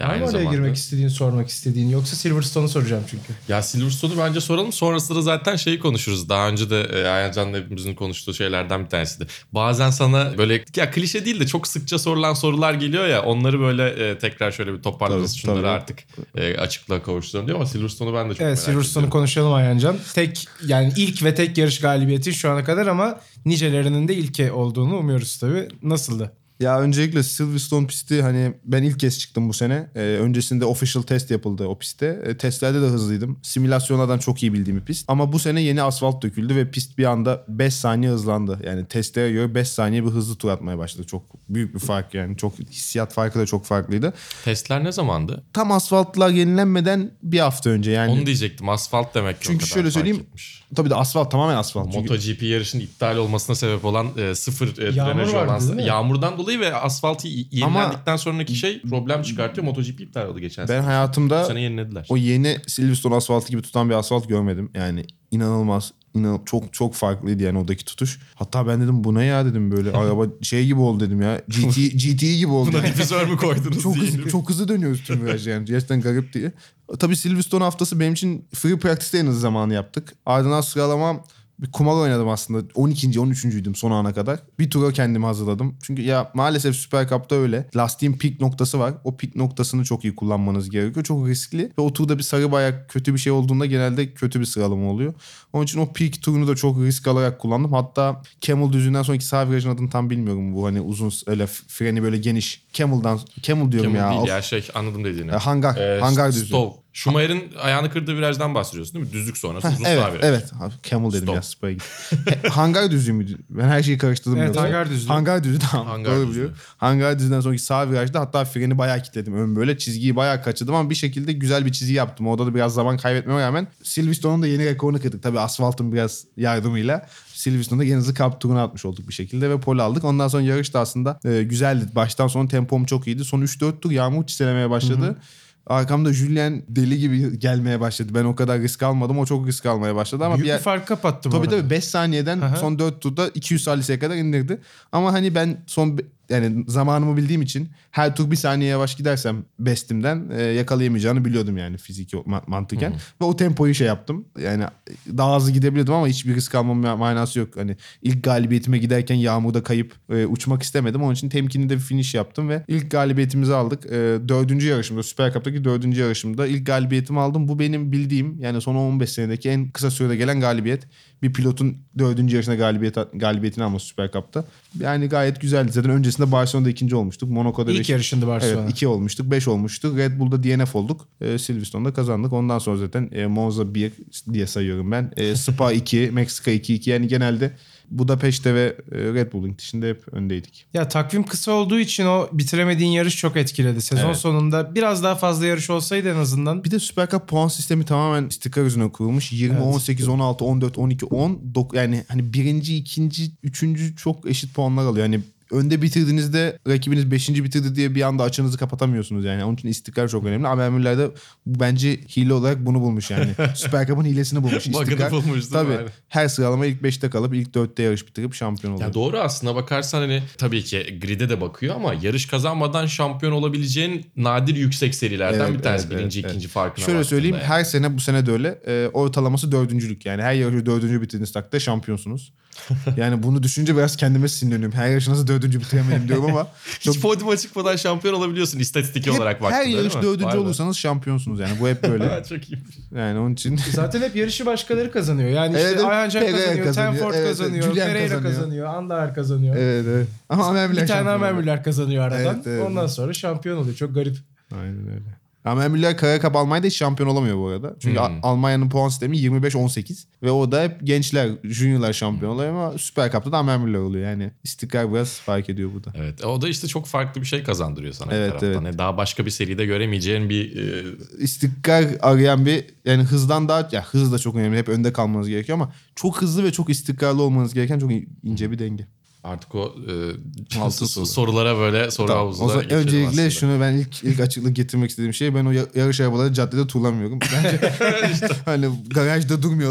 Ya Var mı aynı oraya zamanda. girmek istediğin, sormak istediğin? Yoksa Silverstone'u soracağım çünkü. Ya Silverstone'u bence soralım. Sonrasında zaten şeyi konuşuruz. Daha önce de Ayhancan'la hepimizin konuştuğu şeylerden bir tanesiydi. Bazen sana böyle ya klişe değil de çok sıkça sorulan sorular geliyor ya. Onları böyle tekrar şöyle bir toparlarız. Tabii, Şunları tabii. artık açıklığa kavuşturalım diyor ama Silverstone'u ben de çok Evet, merak Silverstone'u ediyorum. konuşalım Ayhancan. Yani ilk ve tek yarış galibiyeti şu ana kadar ama nicelerinin de ilki olduğunu umuyoruz tabii. Nasıldı? Ya öncelikle Silverstone pisti hani ben ilk kez çıktım bu sene. Öncesinde official test yapıldı o pistte. Testlerde de hızlıydım. Simülasyonlardan çok iyi bildiğim bir pist. Ama bu sene yeni asfalt döküldü ve pist bir anda 5 saniye hızlandı. Yani testlere göre 5 saniye bir hızlı tur atmaya başladı. Çok büyük bir fark yani. Çok hissiyat farkı da çok farklıydı. Testler ne zamandı? Tam asfaltlar yenilenmeden bir hafta önce yani. Onu diyecektim. Asfalt demek ki Çünkü o kadar şöyle fark söyleyeyim, etmiş. Tabii de asfalt, tamamen asfalt. Çünkü MotoGP yarışının iptal olmasına sebep olan sıfır Yağmur drenajı vardı, olan değil mi? yağmurdan dolayı ve asfaltı yenilendikten sonraki şey problem çıkartıyor. MotoGP iptal oldu geçen sene. ben Bu hayatımda sene yenilediler. o yeni Silverstone asfaltı gibi tutan bir asfalt görmedim. Yani inanılmaz. Çok çok farklıydı yani oradaki tutuş. Hatta ben dedim bu ne ya dedim, böyle araba şey gibi oldu dedim ya. GT gibi oldu. Buna difüzör mü koydunuz çok diye. hızlı, çok hızlı dönüyoruz tüm viraj yani. Gerçekten garip diye. Tabii Silverstone haftası benim için free practice'te en hızlı zamanı yaptık. Ardından sıralama bir kumar oynadım aslında. 12. 13.'üydüm son ana kadar. Bir tura kendimi hazırladım. Çünkü ya maalesef Süper Cup'ta öyle. Lastiğin peak noktası var. O peak noktasını çok iyi kullanmanız gerekiyor. Çok riskli. Ve o turda bir sarı bayrak kötü bir şey olduğunda genelde kötü bir sıralama oluyor. Onun için o peak turunu da çok risk alarak kullandım. Hatta Camel düzlüğünden sonraki sağ virajın adını tam bilmiyorum. Bu hani uzun öyle freni böyle geniş. Camel diyorum Camel ya. değil Of. ya şey anladım dediğini. Hangar düzlüğü. Stall. Schumacher'in ayağını kırdığı virajdan bahsediyorsun değil mi? Düzlük sonrası uzun Evet, sağ viraj. evet. Camel dedim Stop. ya, Spy'a gitti. Hangar düzlüğü müydü? Ben her şeyi karıştırdım. Evet, yoksa. hangar düzlüğü. Hangar düzlüğü, tamam. Hangar Doğru düzlüğü. biliyorum. Hangar düzlüğünden sonraki sağ virajda hatta freni bayağı kilitledim. Ön böyle çizgiyi bayağı kaçırdım ama bir şekilde güzel bir çizgi yaptım. Orada da biraz zaman kaybetmeme rağmen Silverstone'un da yeni rekorunu kırdık. Tabii asfaltın biraz yardımıyla. Silverstone'da yeni hızlı Cup turunu atmış olduk bir şekilde ve pole aldık. Ondan sonra yarış da aslında güzeldi. Baştan sona tempom çok iyiydi. Son 3-4 tur yağmur çiselemeye başladı. Hı-hı. Arkamda Julien deli gibi gelmeye başladı. Ben o kadar risk almadım. O çok risk almaya başladı ama Büyük bir fark kapattım orada. Tabii 5 saniyeden son 4 turda 200 saliseye kadar indirdi. Ama hani ben yani zamanımı bildiğim için her tur bir saniye yavaş gidersem bestimden yakalayamayacağını biliyordum yani fiziki mantıken. Ve o tempoyu şey yaptım. Yani daha hızlı gidebilirdim ama hiçbir risk almam manası yok. Hani ilk galibiyetime giderken yağmurda kayıp uçmak istemedim. Onun için temkinli de bir finish yaptım ve ilk galibiyetimizi aldık. 4. yarışımda, Süper Cup'taki 4. yarışımda ilk galibiyetimi aldım. Bu benim bildiğim yani son 15 senedeki en kısa sürede gelen galibiyet. Bir pilotun 4. yarışında galibiyetini alması Süper Cup'ta. Yani gayet güzeldi. Zaten öncesinde Barcelona'da 2. olmuştuk. Monaco'da İlk yarışında Barcelona. Evet, 2 olmuştuk, 5 olmuştuk. Red Bull'da DNF olduk. Silverstone'da kazandık. Ondan sonra zaten Monza 1 diye sayıyorum ben. Spa 2, Meksika 2-2. Yani genelde Budapeşte ve Red Bull'un dışında hep öndeydik. Ya takvim kısa olduğu için o bitiremediğin yarış çok etkiledi. Sezon sonunda biraz daha fazla yarış olsaydı en azından. Bir de Süper Cup puan sistemi tamamen istikrar üzerine kurulmuş. 20, evet. 18, 16, 14, 12, 10. Yani hani birinci, ikinci, üçüncü çok eşit puanlar alıyor. Yani önde bitirdiğinizde rakibiniz 5. bitirdi diye bir anda açınızı kapatamıyorsunuz yani. Onun için istikrar çok önemli. Ama Müller de bence hile olarak bunu bulmuş yani. Süper Cup'ın hilesini bulmuş. İstikrar. bulmuş Tabii. Yani. Her sıralama ilk 5'te kalıp ilk 4'te yarış bitirip şampiyon oluyor. Ya doğru aslında bakarsan hani tabii ki grid'e de bakıyor ama yarış kazanmadan şampiyon olabileceğin nadir yüksek serilerden bir tanesi. Birinci, ikinci farkına Şöyle söyleyeyim, yani. her sene bu sene de öyle. Ortalaması 4.'lük. Yani her yarışı 4. bitirdiğiniz takdirde şampiyonsunuz. Yani bunu düşününce biraz kendime sinirleniyorum. Her yarışınızı 4. bitiremedim diyorum ama. Hiç podyuma çıkmadan şampiyon olabiliyorsun istatistik olarak baktığında. Her yarış değil mi? 4. olursanız şampiyonsunuz yani. Bu hep böyle. Çok iyiymiş. Yani onun için. Zaten hep yarışı başkaları kazanıyor. Yani işte Evet, Ayhancan Pereira kazanıyor, Tenford evet, kazanıyor, Julian Pereira kazanıyor, Andar kazanıyor. Evet. Ama Amermüller Bir tane şampiyon oluyor. Amermüller kazanıyor aradan. Evet. Ondan sonra şampiyon oluyor. Çok garip. Aynen öyle. Amermüller Kara Cup Almanya'da hiç şampiyon olamıyor bu arada. Çünkü Almanya'nın puan sistemi 25-18. Ve o da hep gençler, juniorlar şampiyon oluyor ama Süper Cup'ta da Amermüller oluyor. Yani istikrar biraz fark ediyor burada. Evet. O da işte çok farklı bir şey kazandırıyor sana Evet, bir taraftan. evet. Daha başka bir seride göremeyeceğin bir... İstikrar arayan bir, yani hızdan daha, ya hız da çok önemli. Hep önde kalmanız gerekiyor ama çok hızlı ve çok istikrarlı olmanız gereken çok ince bir denge. Artık o Altın soru. sorulara böyle soru Tamam. havuzuna O zaman geçelim öncelikle aslında. şunu ben ilk açıklık getirmek istediğim şey, ben o yarış arabaları caddede turlamıyorum. Bence hani garajda durmuyorlar.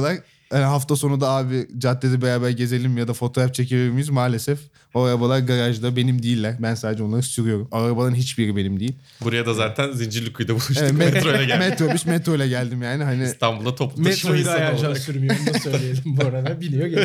hafta sonu da abi caddede beraber gezelim ya da fotoğraf çekebilir miyiz? Maalesef o arabalar garajda, benim değiller. Ben sadece onları sürüyorum. Arabaların hiçbiri benim değil. Buraya da zaten Zincirlikuyu'da buluştuk. Evet, Metroyla geldik. metro ile geldim yani. Hani İstanbul'da toplu taşıma Metroyu da insanı Ayhancan olarak. sürmüyor. Onu da söyleyelim bu arada. Biliyor geliyor.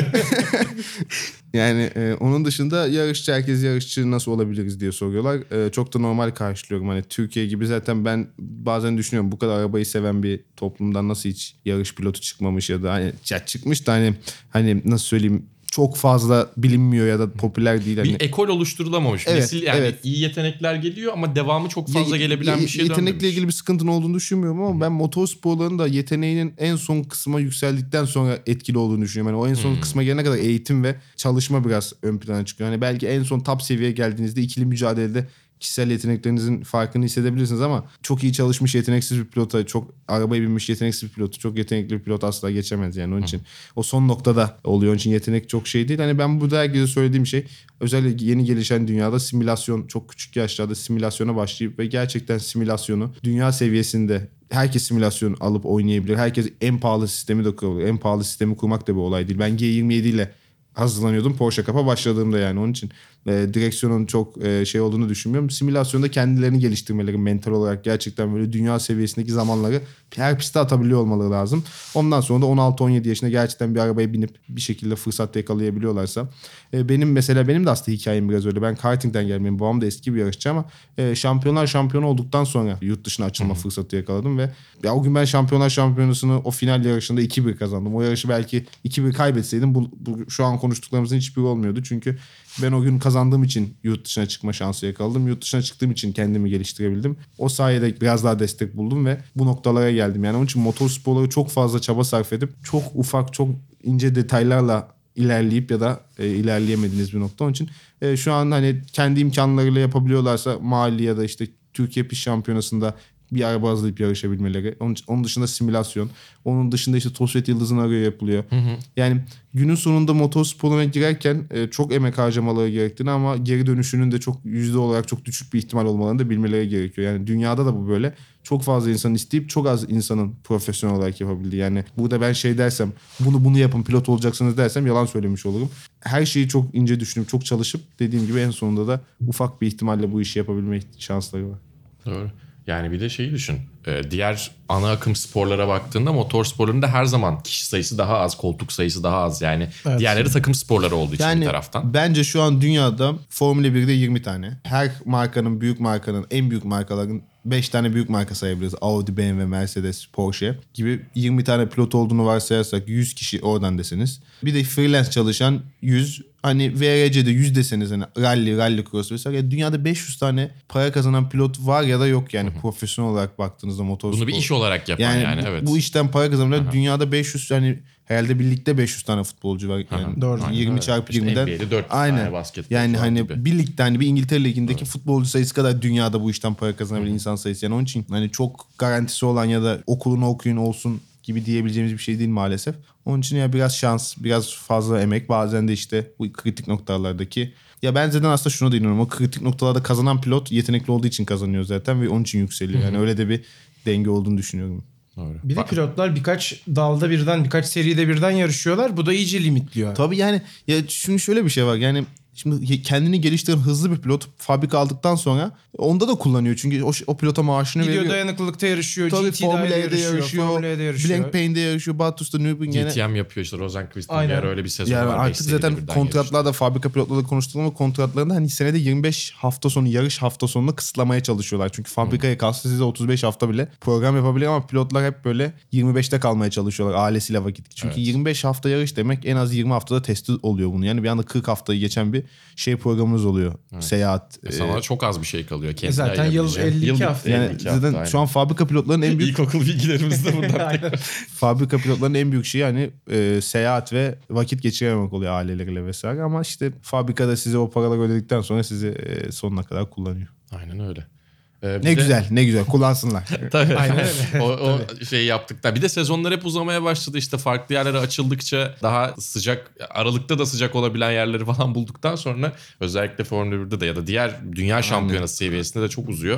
yani onun dışında yarışçı, herkes yarışçı nasıl olabiliriz diye soruyorlar. Çok da normal karşılıyorum. Hani Türkiye gibi zaten ben bazen düşünüyorum bu kadar arabayı seven bir toplumdan nasıl hiç yarış pilotu çıkmamış ya da hani ya çıkmış da hani nasıl söyleyeyim çok fazla bilinmiyor ya da popüler değil. Hani. Bir ekol oluşturulamamış. Evet, Nesil yani evet. iyi yetenekler geliyor ama devamı çok fazla gelebilen bir şeye Yetenekle dönmemiş. ilgili bir sıkıntın olduğunu düşünmüyorum ama ben motorsporların da yeteneğinin en son kısma yükseldikten sonra etkili olduğunu düşünüyorum. Yani o en son kısma gelene kadar eğitim ve çalışma biraz ön plana çıkıyor. Hani belki en son top seviyeye geldiğinizde ikili mücadelede kişisel yeteneklerinizin farkını hissedebilirsiniz ama çok iyi çalışmış yeteneksiz bir pilota, çok arabaya binmiş yeteneksiz bir pilotu, çok yetenekli bir pilot asla geçemez yani onun için. O son noktada oluyor. Onun için yetenek çok şey değil. Hani ben burada herkese söylediğim şey özellikle yeni gelişen dünyada simülasyon, çok küçük yaşlarda simülasyona başlayıp ve gerçekten simülasyonu dünya seviyesinde herkes simülasyon alıp oynayabilir. Herkes en pahalı sistemi de kurabilir. En pahalı sistemi kurmak da bir olay değil. Ben G27 ile hazırlanıyordum Porsche Cup'a başladığımda yani onun için direksiyonun çok şey olduğunu düşünmüyorum. Simülasyonda kendilerini geliştirmeleri mental olarak gerçekten böyle dünya seviyesindeki zamanları her pistte atabiliyor olmaları lazım. Ondan sonra da 16-17 yaşında gerçekten bir arabaya binip bir şekilde fırsat yakalayabiliyorlarsa. Benim de aslında hikayem biraz öyle. Ben kartingden gelmeyeyim. Babam da eski bir yarışçı ama şampiyonlar şampiyonu olduktan sonra yurt dışına açılma fırsatı yakaladım ve ya o gün ben şampiyonlar şampiyonasını o final yarışında 2-1 kazandım. O yarışı belki 2-1 kaybetseydim bu şu an konuştuklarımızın hiçbiri olmuyordu. Çünkü ben o gün kazandığım için yurt dışına çıkma şansı yakaladım. Yurt dışına çıktığım için kendimi geliştirebildim. O sayede biraz daha destek buldum ve bu noktalara geldim. Yani onun için motorsporları çok fazla çaba sarf edip çok ufak, çok ince detaylarla ilerleyip ya da ilerleyemediğiniz bir nokta. Onun için şu an hani kendi imkanlarıyla yapabiliyorlarsa mahalli ya da işte Türkiye Pist Şampiyonası'nda bir araba hazırlayıp yarışabilmeleri. Onun dışında simülasyon. Onun dışında işte Tosvet Yıldız'ın arıyor yapılıyor. Yani günün sonunda motorsporuna girerken çok emek harcamaları gerektiğini ama geri dönüşünün de çok yüzde olarak çok düşük bir ihtimal olmalarını da bilmeleri gerekiyor. Yani dünyada da bu böyle. Çok fazla insanın isteyip çok az insanın profesyonel olarak yapabildiği. Yani burada ben şey dersem bunu yapın pilot olacaksınız dersem yalan söylemiş olurum. Her şeyi çok ince düşünüp çok çalışıp dediğim gibi en sonunda da ufak bir ihtimalle bu işi yapabilme şansları var. Doğru. Yani bir de şeyi düşün. Diğer ana akım sporlara baktığında motor sporlarında her zaman kişi sayısı daha az, koltuk sayısı daha az. Yani Evet. diğerleri takım sporları olduğu için Yani bir taraftan. bence şu an dünyada Formula 1'de 20 tane. Her markanın, büyük markanın, en büyük markaların 5 tane büyük marka sayabiliriz. Audi, BMW, Mercedes, Porsche gibi 20 tane pilot olduğunu varsayarsak 100 kişi oradan deseniz. Bir de freelance çalışan 100. Hani VRC'de 100 deseniz hani rally cross vesaire. Dünyada 500 tane para kazanan pilot var ya da yok yani profesyonel olarak baktığınızda motorspor. Bunu bir iş olarak yapan yani evet. Bu işten para kazananlar dünyada 500 hani herhalde birlikte 500 tane futbolcu var. Yani Doğru. 20 çarpı İşte 20'den. NBA'de 4 Aynen. tane basketbol Yani hani gibi. bir ligde hani bir İngiltere ligindeki futbolcu sayısı kadar dünyada bu işten para kazanabilen insan sayısı. Yani onun için hani çok garantisi olan ya da okulunu okuyun olsun gibi diyebileceğimiz bir şey değil maalesef. Onun için ya biraz şans, biraz fazla emek, bazen de işte bu kritik noktalardaki. Ya ben zaten aslında şuna da inanıyorum. O kritik noktalarda kazanan pilot yetenekli olduğu için kazanıyor zaten ve onun için yükseliyor. Yani öyle de bir denge olduğunu düşünüyorum. Doğru. Bir de pilotlar birkaç dalda birden, birkaç seride birden yarışıyorlar. Bu da iyice limitliyor. Tabii yani ya şimdi şöyle bir şey var. Yani şimdi kendini geliştiren hızlı bir pilot fabrika aldıktan sonra onda da kullanıyor. Çünkü o pilota maaşını Gidiyor veriyor. dayanıklılıkta yarışıyor, Tabii GT'de Formula E'de yarışıyor, Formula E'de yarışıyor. Blancpain'de yarışıyor, Bathurst'ta Nürburgring'de. DTM yapıyor işte Rosenqvist'in bir Aynen. ara öyle bir sezon Yani var. artık zaten kontratlarda fabrika pilotlarla konuştuğumda kontratlarında hani senede 25 hafta sonu yarış hafta sonunu kısıtlamaya çalışıyorlar. Çünkü fabrikaya kalsa size 35 hafta bile program yapabilir ama pilotlar hep böyle 25'te kalmaya çalışıyorlar ailesiyle vakit. Çünkü 25 hafta yarış demek en az 20 haftada testi oluyor bunun. Yani bir anda 40 haftayı geçen bir programınız oluyor. Seyahat. Sana çok az bir şey kalıyor. Kendine Zaten yıl ayırabileceğin. 52 hafta. Yani 52 zaten hafta, şu an fabrika pilotlarının en büyük İlkokul bilgilerimiz de bundan. Aynen. fabrika pilotlarının en büyük şeyi hani seyahat ve vakit geçirememek oluyor aileleriyle vesaire ama işte fabrikada size o paraları ödedikten sonra sizi sonuna kadar kullanıyor. Aynen öyle. Ne güzel kullansınlar. Tabii. Aynen öyle. o şeyi yaptıktan. Bir de sezonlar hep uzamaya başladı. İşte farklı yerlere açıldıkça daha sıcak, Aralık'ta da sıcak olabilen yerleri falan bulduktan sonra özellikle Formula 1'de de ya da diğer dünya şampiyonası seviyesinde de çok uzuyor.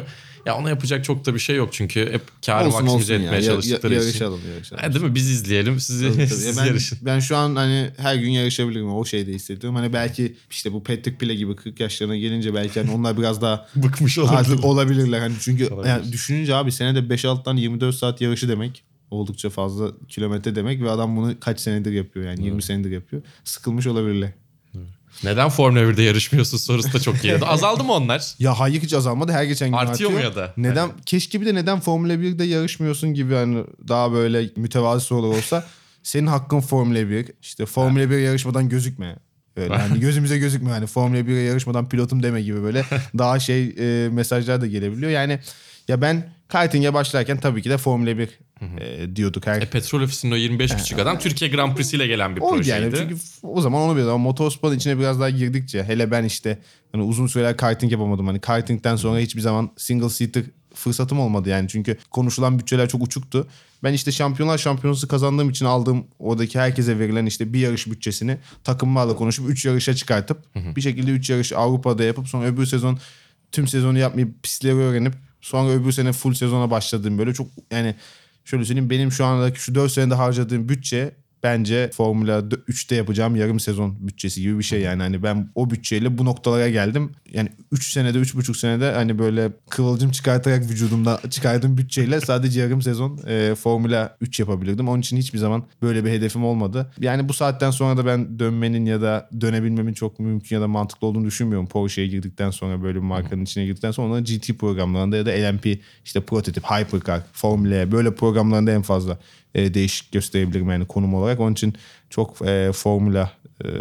Ya ona yapacak çok da bir şey yok çünkü hep karı Olsun, maksimize olsun etmeye ya. çalıştıkları için. Yarışalım. Ha, değil mi? Biz izleyelim, siz Ben, yarışın. ben şu an hani her gün yarışabilirim, o şeyde hissediyorum. Hani belki işte bu Patrick Pile gibi 40 yaşlarına gelince belki hani onlar biraz daha Bıkmış artık olabilirler. Hani çünkü Olabilir. yani düşününce abi senede 5-6 tane 24 saat yarışı demek. Oldukça fazla kilometre demek ve adam bunu kaç senedir yapıyor yani 20 senedir yapıyor. Sıkılmış olabilirler. Neden Formula 1'de yarışmıyorsun sorusu da çok geliyordu. Azaldı mı onlar? Ya hayır, hiç azalmadı, her geçen gün Artıyor artıyor. mu ya da? Neden Hani. keşke bir de neden Formula 1'de yarışmıyorsun gibi hani daha böyle mütevazi sorular olsa. Senin hakkın Formula 1. İşte Formula 1 yarışmadan gözükme. Öyle hani gözümüze gözükmüyor, hani Formula 1'e yarışmadan pilotum deme gibi böyle daha mesajlar da gelebiliyor. Yani ya ben karting'e başlarken tabii ki de Formula 1 diyorduk. Petrol Ofisi'nin o 25 küçük adam Türkiye Grand Prix'siyle gelen bir Oydu projeydi. yani, çünkü o zaman onu biliyordum ama motorsporun içine biraz daha girdikçe, hele ben işte hani uzun süreler karting yapamadım. Hani kartingden sonra hiçbir zaman single seater fırsatım olmadı yani, çünkü konuşulan bütçeler çok uçuktu. Ben işte Şampiyonlar Şampiyonası kazandığım için aldığım oradaki herkese verilen işte bir yarış bütçesini takımlarla konuşup 3 yarışa çıkartıp bir şekilde 3 yarış Avrupa'da yapıp sonra öbür sezon tüm sezonu yapmayıp pistleri öğrenip sonra öbür sene full sezona başladığım, böyle çok yani şöyle söyleyeyim, benim şu andaki şu 4 senede harcadığım bütçe bence Formula 3'te yapacağım yarım sezon bütçesi gibi bir şey yani. Hani ben o bütçeyle bu noktalara geldim. Yani 3 senede 3,5 senede hani böyle kıvılcım çıkartarak vücudumda çıkardığım bütçeyle sadece yarım sezon Formula 3 yapabilirdim. Onun için hiçbir zaman böyle bir hedefim olmadı. Yani bu saatten sonra da ben dönmenin ya da dönebilmemin çok mümkün ya da mantıklı olduğunu düşünmüyorum. Porsche'ye girdikten sonra, böyle bir markanın içine girdikten sonra onların GT programlarında ya da LMP, işte prototip, hypercar, Formula böyle programlarında en fazla değişik gösterebilirim yani konum olarak. Onun için çok Formula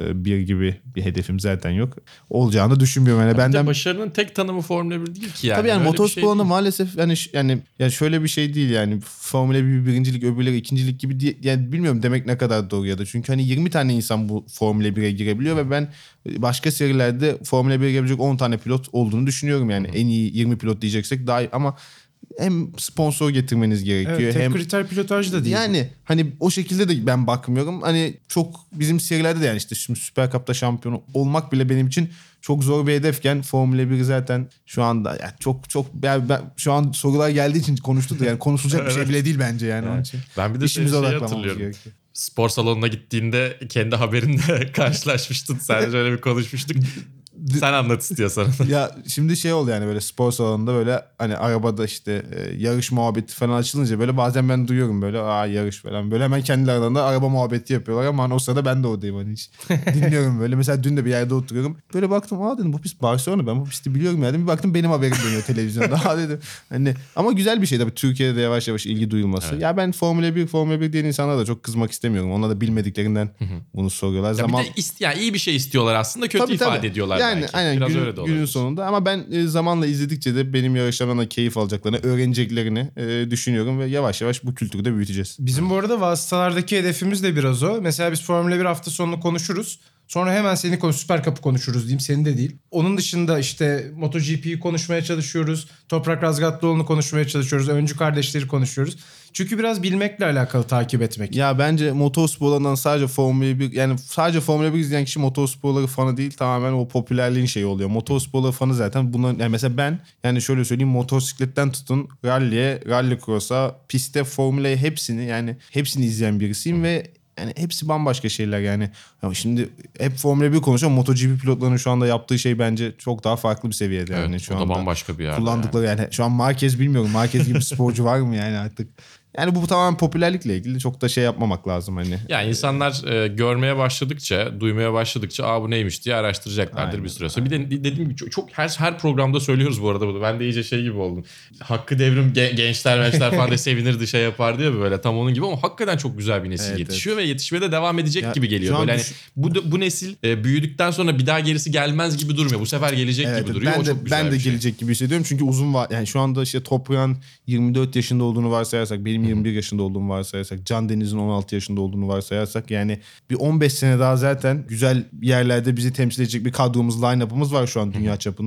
1 gibi bir hedefim zaten yok. Olacağını düşünmüyorum. Yani Benden başarının tek tanımı Formula 1 değil ki yani. Tabii yani Öyle motorsporunda şey maalesef yani şöyle bir şey değil yani, Formula 1 birincilik, öbürleri ikincilik gibi diye, yani bilmiyorum demek ne kadar doğru ya da, çünkü hani 20 tane insan bu Formula 1'e girebiliyor ve ben başka serilerde Formula 1'e girebilecek 10 tane pilot olduğunu düşünüyorum yani. En iyi 20 pilot diyeceksek daha iyi, ama hem sponsor getirmeniz gerekiyor. Evet, tek hem kriter pilotaj da değil. yani hani o şekilde de ben bakmıyorum. Hani çok bizim serilerde de yani işte şimdi Süper Cup'ta şampiyon olmak bile benim için çok zor bir hedefken, Formula 1 zaten şu anda yani çok ben şu an sorular geldiği için konuştuk da yani konuşulacak bir şey bile değil bence yani onun için. Ben bir de İşimize şeyi odaklanmamız hatırlıyorum. gerekiyor. Spor salonuna gittiğinde kendi haberinde karşılaşmıştın. Sen şöyle bir konuşmuştuk. Sen anlat istiyorsan. Ya şimdi şey oldu yani, böyle spor salonunda böyle hani arabada işte yarış muhabbeti falan açılınca böyle bazen ben duyuyorum böyle yarış falan, böyle hemen kendi aralarında araba muhabbeti yapıyorlar ama hani o sırada ben de oradayım hani hiç dinliyorum böyle. Mesela dün de bir yerde oturuyorum, böyle baktım dedim bu pist Barcelona, ben bu pisti biliyorum ya dedim, bir baktım benim haberim dönüyor televizyonda dedim hani, ama güzel bir şey tabii Türkiye'de de yavaş yavaş ilgi duyulması. Evet. Ya ben Formula 1 diyen insanlara da çok kızmak istemiyorum, onlar da bilmediklerinden bunu soruyorlar. Ya bir de yani iyi bir şey istiyorlar aslında, kötü ifade ediyorlar yani, belki. Aynen, biraz öyle de günün sonunda, ama ben zamanla izledikçe de benim yarışlarımdan da keyif alacaklarını, öğreneceklerini düşünüyorum ve yavaş yavaş bu kültürü de büyüteceğiz. Bizim bu arada vasıtalardaki hedefimiz de biraz o. Mesela biz Formula 1 hafta sonunu konuşuruz. Sonra hemen Süper Cup'ı konuşuruz diyeyim, senin de değil. Onun dışında işte MotoGP'yi konuşmaya çalışıyoruz. Toprak Razgatlıoğlu'nu konuşmaya çalışıyoruz. Öncü kardeşleri konuşuyoruz. Çünkü biraz bilmekle alakalı, takip etmek. Ya bence motorsporlarından sadece Formula 1, yani sadece Formula 1 izleyen kişi motorsporları fanı değil, tamamen o popülerliğin şeyi oluyor. Motorsporları fanı zaten bunların, yani mesela ben yani şöyle söyleyeyim, motosikletten tutun rally'e, rally cross'a, piste, Formula'ya, hepsini izleyen birisiyim ve yani hepsi bambaşka şeyler yani. Ya şimdi hep Formula 1 konuşuyor ama MotoGP pilotlarının şu anda yaptığı şey bence çok daha farklı bir seviyede yani. Evet, şu o da anda bambaşka bir yerde. kullandıkları yani. Şu an Marquez bilmiyorum. Marquez gibi sporcu var mı yani artık? Yani bu tamamen popülerlikle ilgili, çok da şey yapmamak lazım hani. Ya insanlar görmeye başladıkça, duymaya başladıkça bu neymiş diye araştıracaklardır. Aynen, bir süre sonra. Bir de dediğim gibi çok her programda söylüyoruz bu arada bunu. Ben de iyice şey gibi oldum. Hakkı Devrim gençler falan da sevinirdi, şey yapardı ya böyle, tam onun gibi, ama hakikaten çok güzel bir nesil yetişiyor ve yetişmeye de devam edecek ya, gibi geliyor. Böyle hani bu nesil büyüdükten sonra bir daha gerisi gelmez gibi durmuyor. Bu sefer gelecek gibi duruyor. Ben de gelecek gibi hissediyorum. Çünkü uzun var. Yani şu anda işte Toprağın 24 yaşında olduğunu varsayarsak, benim 21 yaşında olduğumu varsayarsak, Can Deniz'in 16 yaşında olduğunu varsayarsak, yani bir 15 sene daha zaten güzel yerlerde bizi temsil edecek bir kadromuz, line-up'ımız var şu an dünya çapında.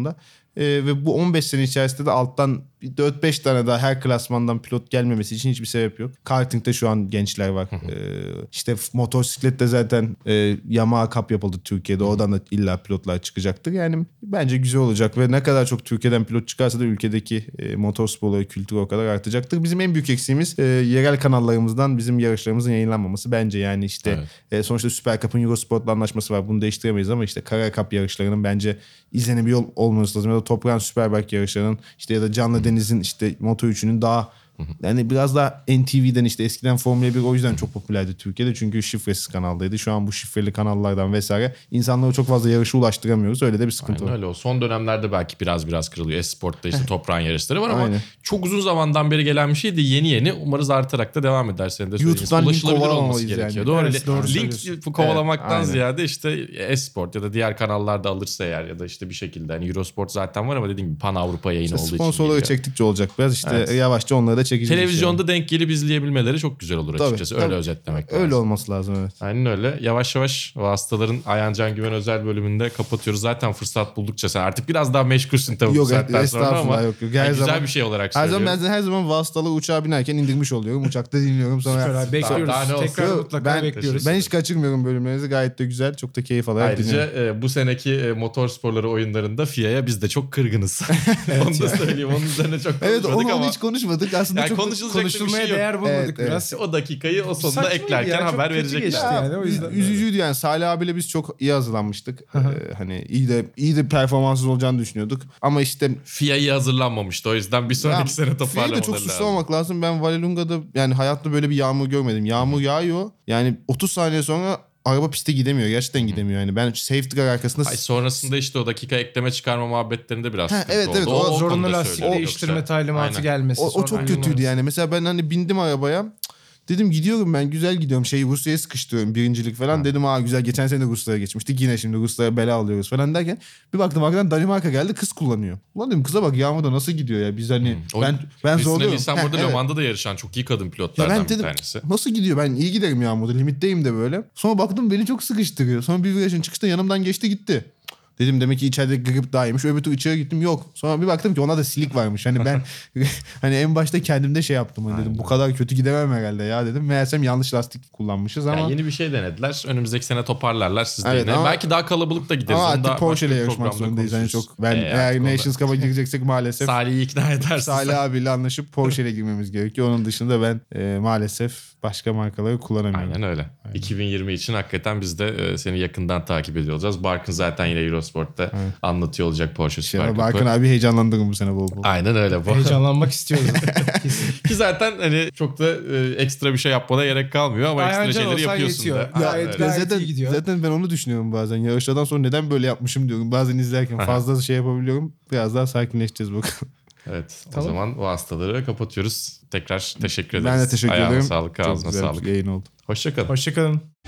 Ve bu 15 sene içerisinde de alttan 4-5 tane daha her klasmandan pilot gelmemesi için hiçbir sebep yok. Karting'de şu an gençler var. İşte motosiklette zaten Yamaha Cup yapıldı Türkiye'de. Oradan da illa pilotlar çıkacaktır. Yani bence güzel olacak ve ne kadar çok Türkiye'den pilot çıkarsa da ülkedeki motorsporları kültürü o kadar artacaktır. Bizim en büyük eksiğimiz yerel kanallarımızdan bizim yarışlarımızın yayınlanmaması bence. Yani işte sonuçta Süper Cup'ın Eurosport'la anlaşması var. Bunu değiştiremeyiz ama işte Kara Cup yarışlarının bence izlenebiliyor olması lazım. Ya da Toprağın Superbike yarışlarının işte ya da Canlı Deniz'in işte Moto3'ünün daha yani biraz daha NTV'den işte eskiden Formula 1 o yüzden çok popülerdi Türkiye'de. Çünkü şifresiz kanaldaydı. Şu an bu şifreli kanallardan vesaire insanlara çok fazla yarışa ulaştıramıyoruz. Öyle de bir sıkıntı Aynen var. öyle. O son dönemlerde belki biraz kırılıyor. Esport'ta işte toprağın yarışları var ama Aynen. çok uzun zamandan beri gelen bir şeydi. Yeni umarız artarak da devam eder. Senin de söylediğin. YouTube'dan link Ulaşılabilir olması kovalamalıyız gerekiyor. yani. Doğru. Evet, doğru Link söylüyorsun. kovalamaktan Evet, aynen. ziyade işte esport ya da diğer kanallarda alırsa eğer ya da işte bir şekilde. Hani Eurosport zaten var ama dediğim gibi Pan Avrupa yayını İşte olduğu için sponsorları geliyor. çektikçe olacak biraz. İşte Evet. yavaşça onları da çekeceğiz. Televizyonda denk gelip izleyebilmeleri çok güzel olur açıkçası. Tabii, Öyle tabii. özetlemek Öyle lazım. olması lazım evet. Aynen öyle. Yavaş yavaş o hastaların Ayhan Can Güven özel bölümünde kapatıyoruz. Zaten fırsat buldukça sen artık biraz daha meşgulsün tabii bu Yok saatten sonra estağfurullah ama yok. Her yani güzel zaman, bir şey olarak her söylüyorum. zaman ben her zaman vasıtalı uçağa binerken indirmiş oluyorum. Uçakta dinliyorum sonra. Süper abi, bekliyoruz. Daha ne olsun? Tekrar mutlaka Ben- bekliyoruz. Ben hiç kaçırmıyorum bölümlerinizi. Gayet de güzel. Çok da keyif alarak Ayrıca dinliyorum. bu seneki motor sporları oyunlarında FIA'ya biz de çok kırgınız. Onu da söyleyeyim. Onun üzerine çok Evet konuşmadık onu ama hiç konuşmadık. Aslında yani çok konuşulacak da bir Konuşulmaya şey yok. değer bulmadık Evet, biraz. O dakikayı o sonunda Saçmaydı eklerken ya, çok haber kötü verecekler. geçti yani, o yüzden. Üzücüydü yani. Salih abiyle biz çok iyi hazırlanmıştık. Hani iyi de performansız olacağını düşünüyorduk. Ama işte FIA'yı hazırlanmamıştı. O yüzden bir sonraki sene FIA'yı da toparlamaları çok lazım. suçlamamak lazım. Ben Vallelunga'da yani hayatta böyle bir yağmur görmedim. Yağmur yağıyor. Yani 30 saniye sonra araba piste gidemiyor. Gerçekten gidemiyor yani. Ben safety car arkasında... Ay sonrasında işte o dakika ekleme çıkarma muhabbetlerinde biraz sıkıntı evet, oldu. evet, O Zorunlu konuda lastik söylüyorum. değiştirme Yoksa- talimatı Aynen. gelmesi. O sonra çok aynen kötüydü orası. yani. Mesela ben hani bindim arabaya. Dedim gidiyorum ben güzel gidiyorum. Rusya'ya sıkıştırıyorum birincilik falan. Dedim güzel geçen sene de Rusya'ya geçmiştik. Yine şimdi Rusya'ya bela alıyoruz falan derken. Bir baktım arkadan Danimarka geldi kız kullanıyor. Ulan dedim kıza bak yağmurda nasıl gidiyor ya. Biz hani O ben Christina zorluyorum. Nielsen burada Le Mans'da da yarışan çok iyi kadın Ya pilotlardan ben bir dedim tanesi. nasıl gidiyor ben iyi giderim yağmurda limitteyim de böyle. Sonra baktım beni çok sıkıştırıyor. Sonra bir virajın çıkışta yanımdan geçti gitti. Dedim demek ki içeride grip daha iyiymiş. Öbür türlü içeri gittim yok. Sonra bir baktım ki ona da silik varmış. Hani ben hani en başta kendimde şey yaptım. Hani dedim bu kadar kötü gidemem herhalde ya dedim. Meğersem yanlış lastik kullanmışız ama. Yani yeni bir şey denediler. Önümüzdeki sene toparlarlar siz de Evet, yine. ama- Belki daha kalabalık da gideriz. Ama Onu da artık Porsche ile başka bir yarışmak programda zorundayız. Yani konuşuruz. çok ben eğer artık onda- Nations Cup'a gireceksek maalesef Salih'i ikna edersin. Salih abiyle anlaşıp Porsche ile girmemiz gerekiyor. Onun dışında ben maalesef başka markaları kullanamıyorum. Aynen öyle. 2020 için hakikaten biz de seni yakından takip ediyor olacağız. Barkın zaten yine Eurosport'ta anlatıyor olacak Porsche Süper Şey, Cup'ı. Barkın abi heyecanlandırın bu sene bol bol. Aynen öyle. Bu. Heyecanlanmak istiyoruz. Kesin. Ki zaten hani çok da ekstra bir şey yapmana gerek kalmıyor ama Ayhan ekstra Can şeyleri olsan yapıyorsun yetiyor. da. Ya, Aynen evet, öyle. gayet zaten, iyi gidiyor. zaten ben onu düşünüyorum bazen. Yarışlardan sonra neden böyle yapmışım diyorum. Bazen izlerken fazla şey yapabiliyorum. Biraz daha sakinleşeceğiz bakalım. Evet. Tamam. O zaman o hastaları kapatıyoruz. Tekrar teşekkür ederiz. Ben de teşekkür Ayağına ederim. sağlık, Çok ağzına güzel bir sağlık. yayın oldu. Hoşça kalın. Hoşçakalın.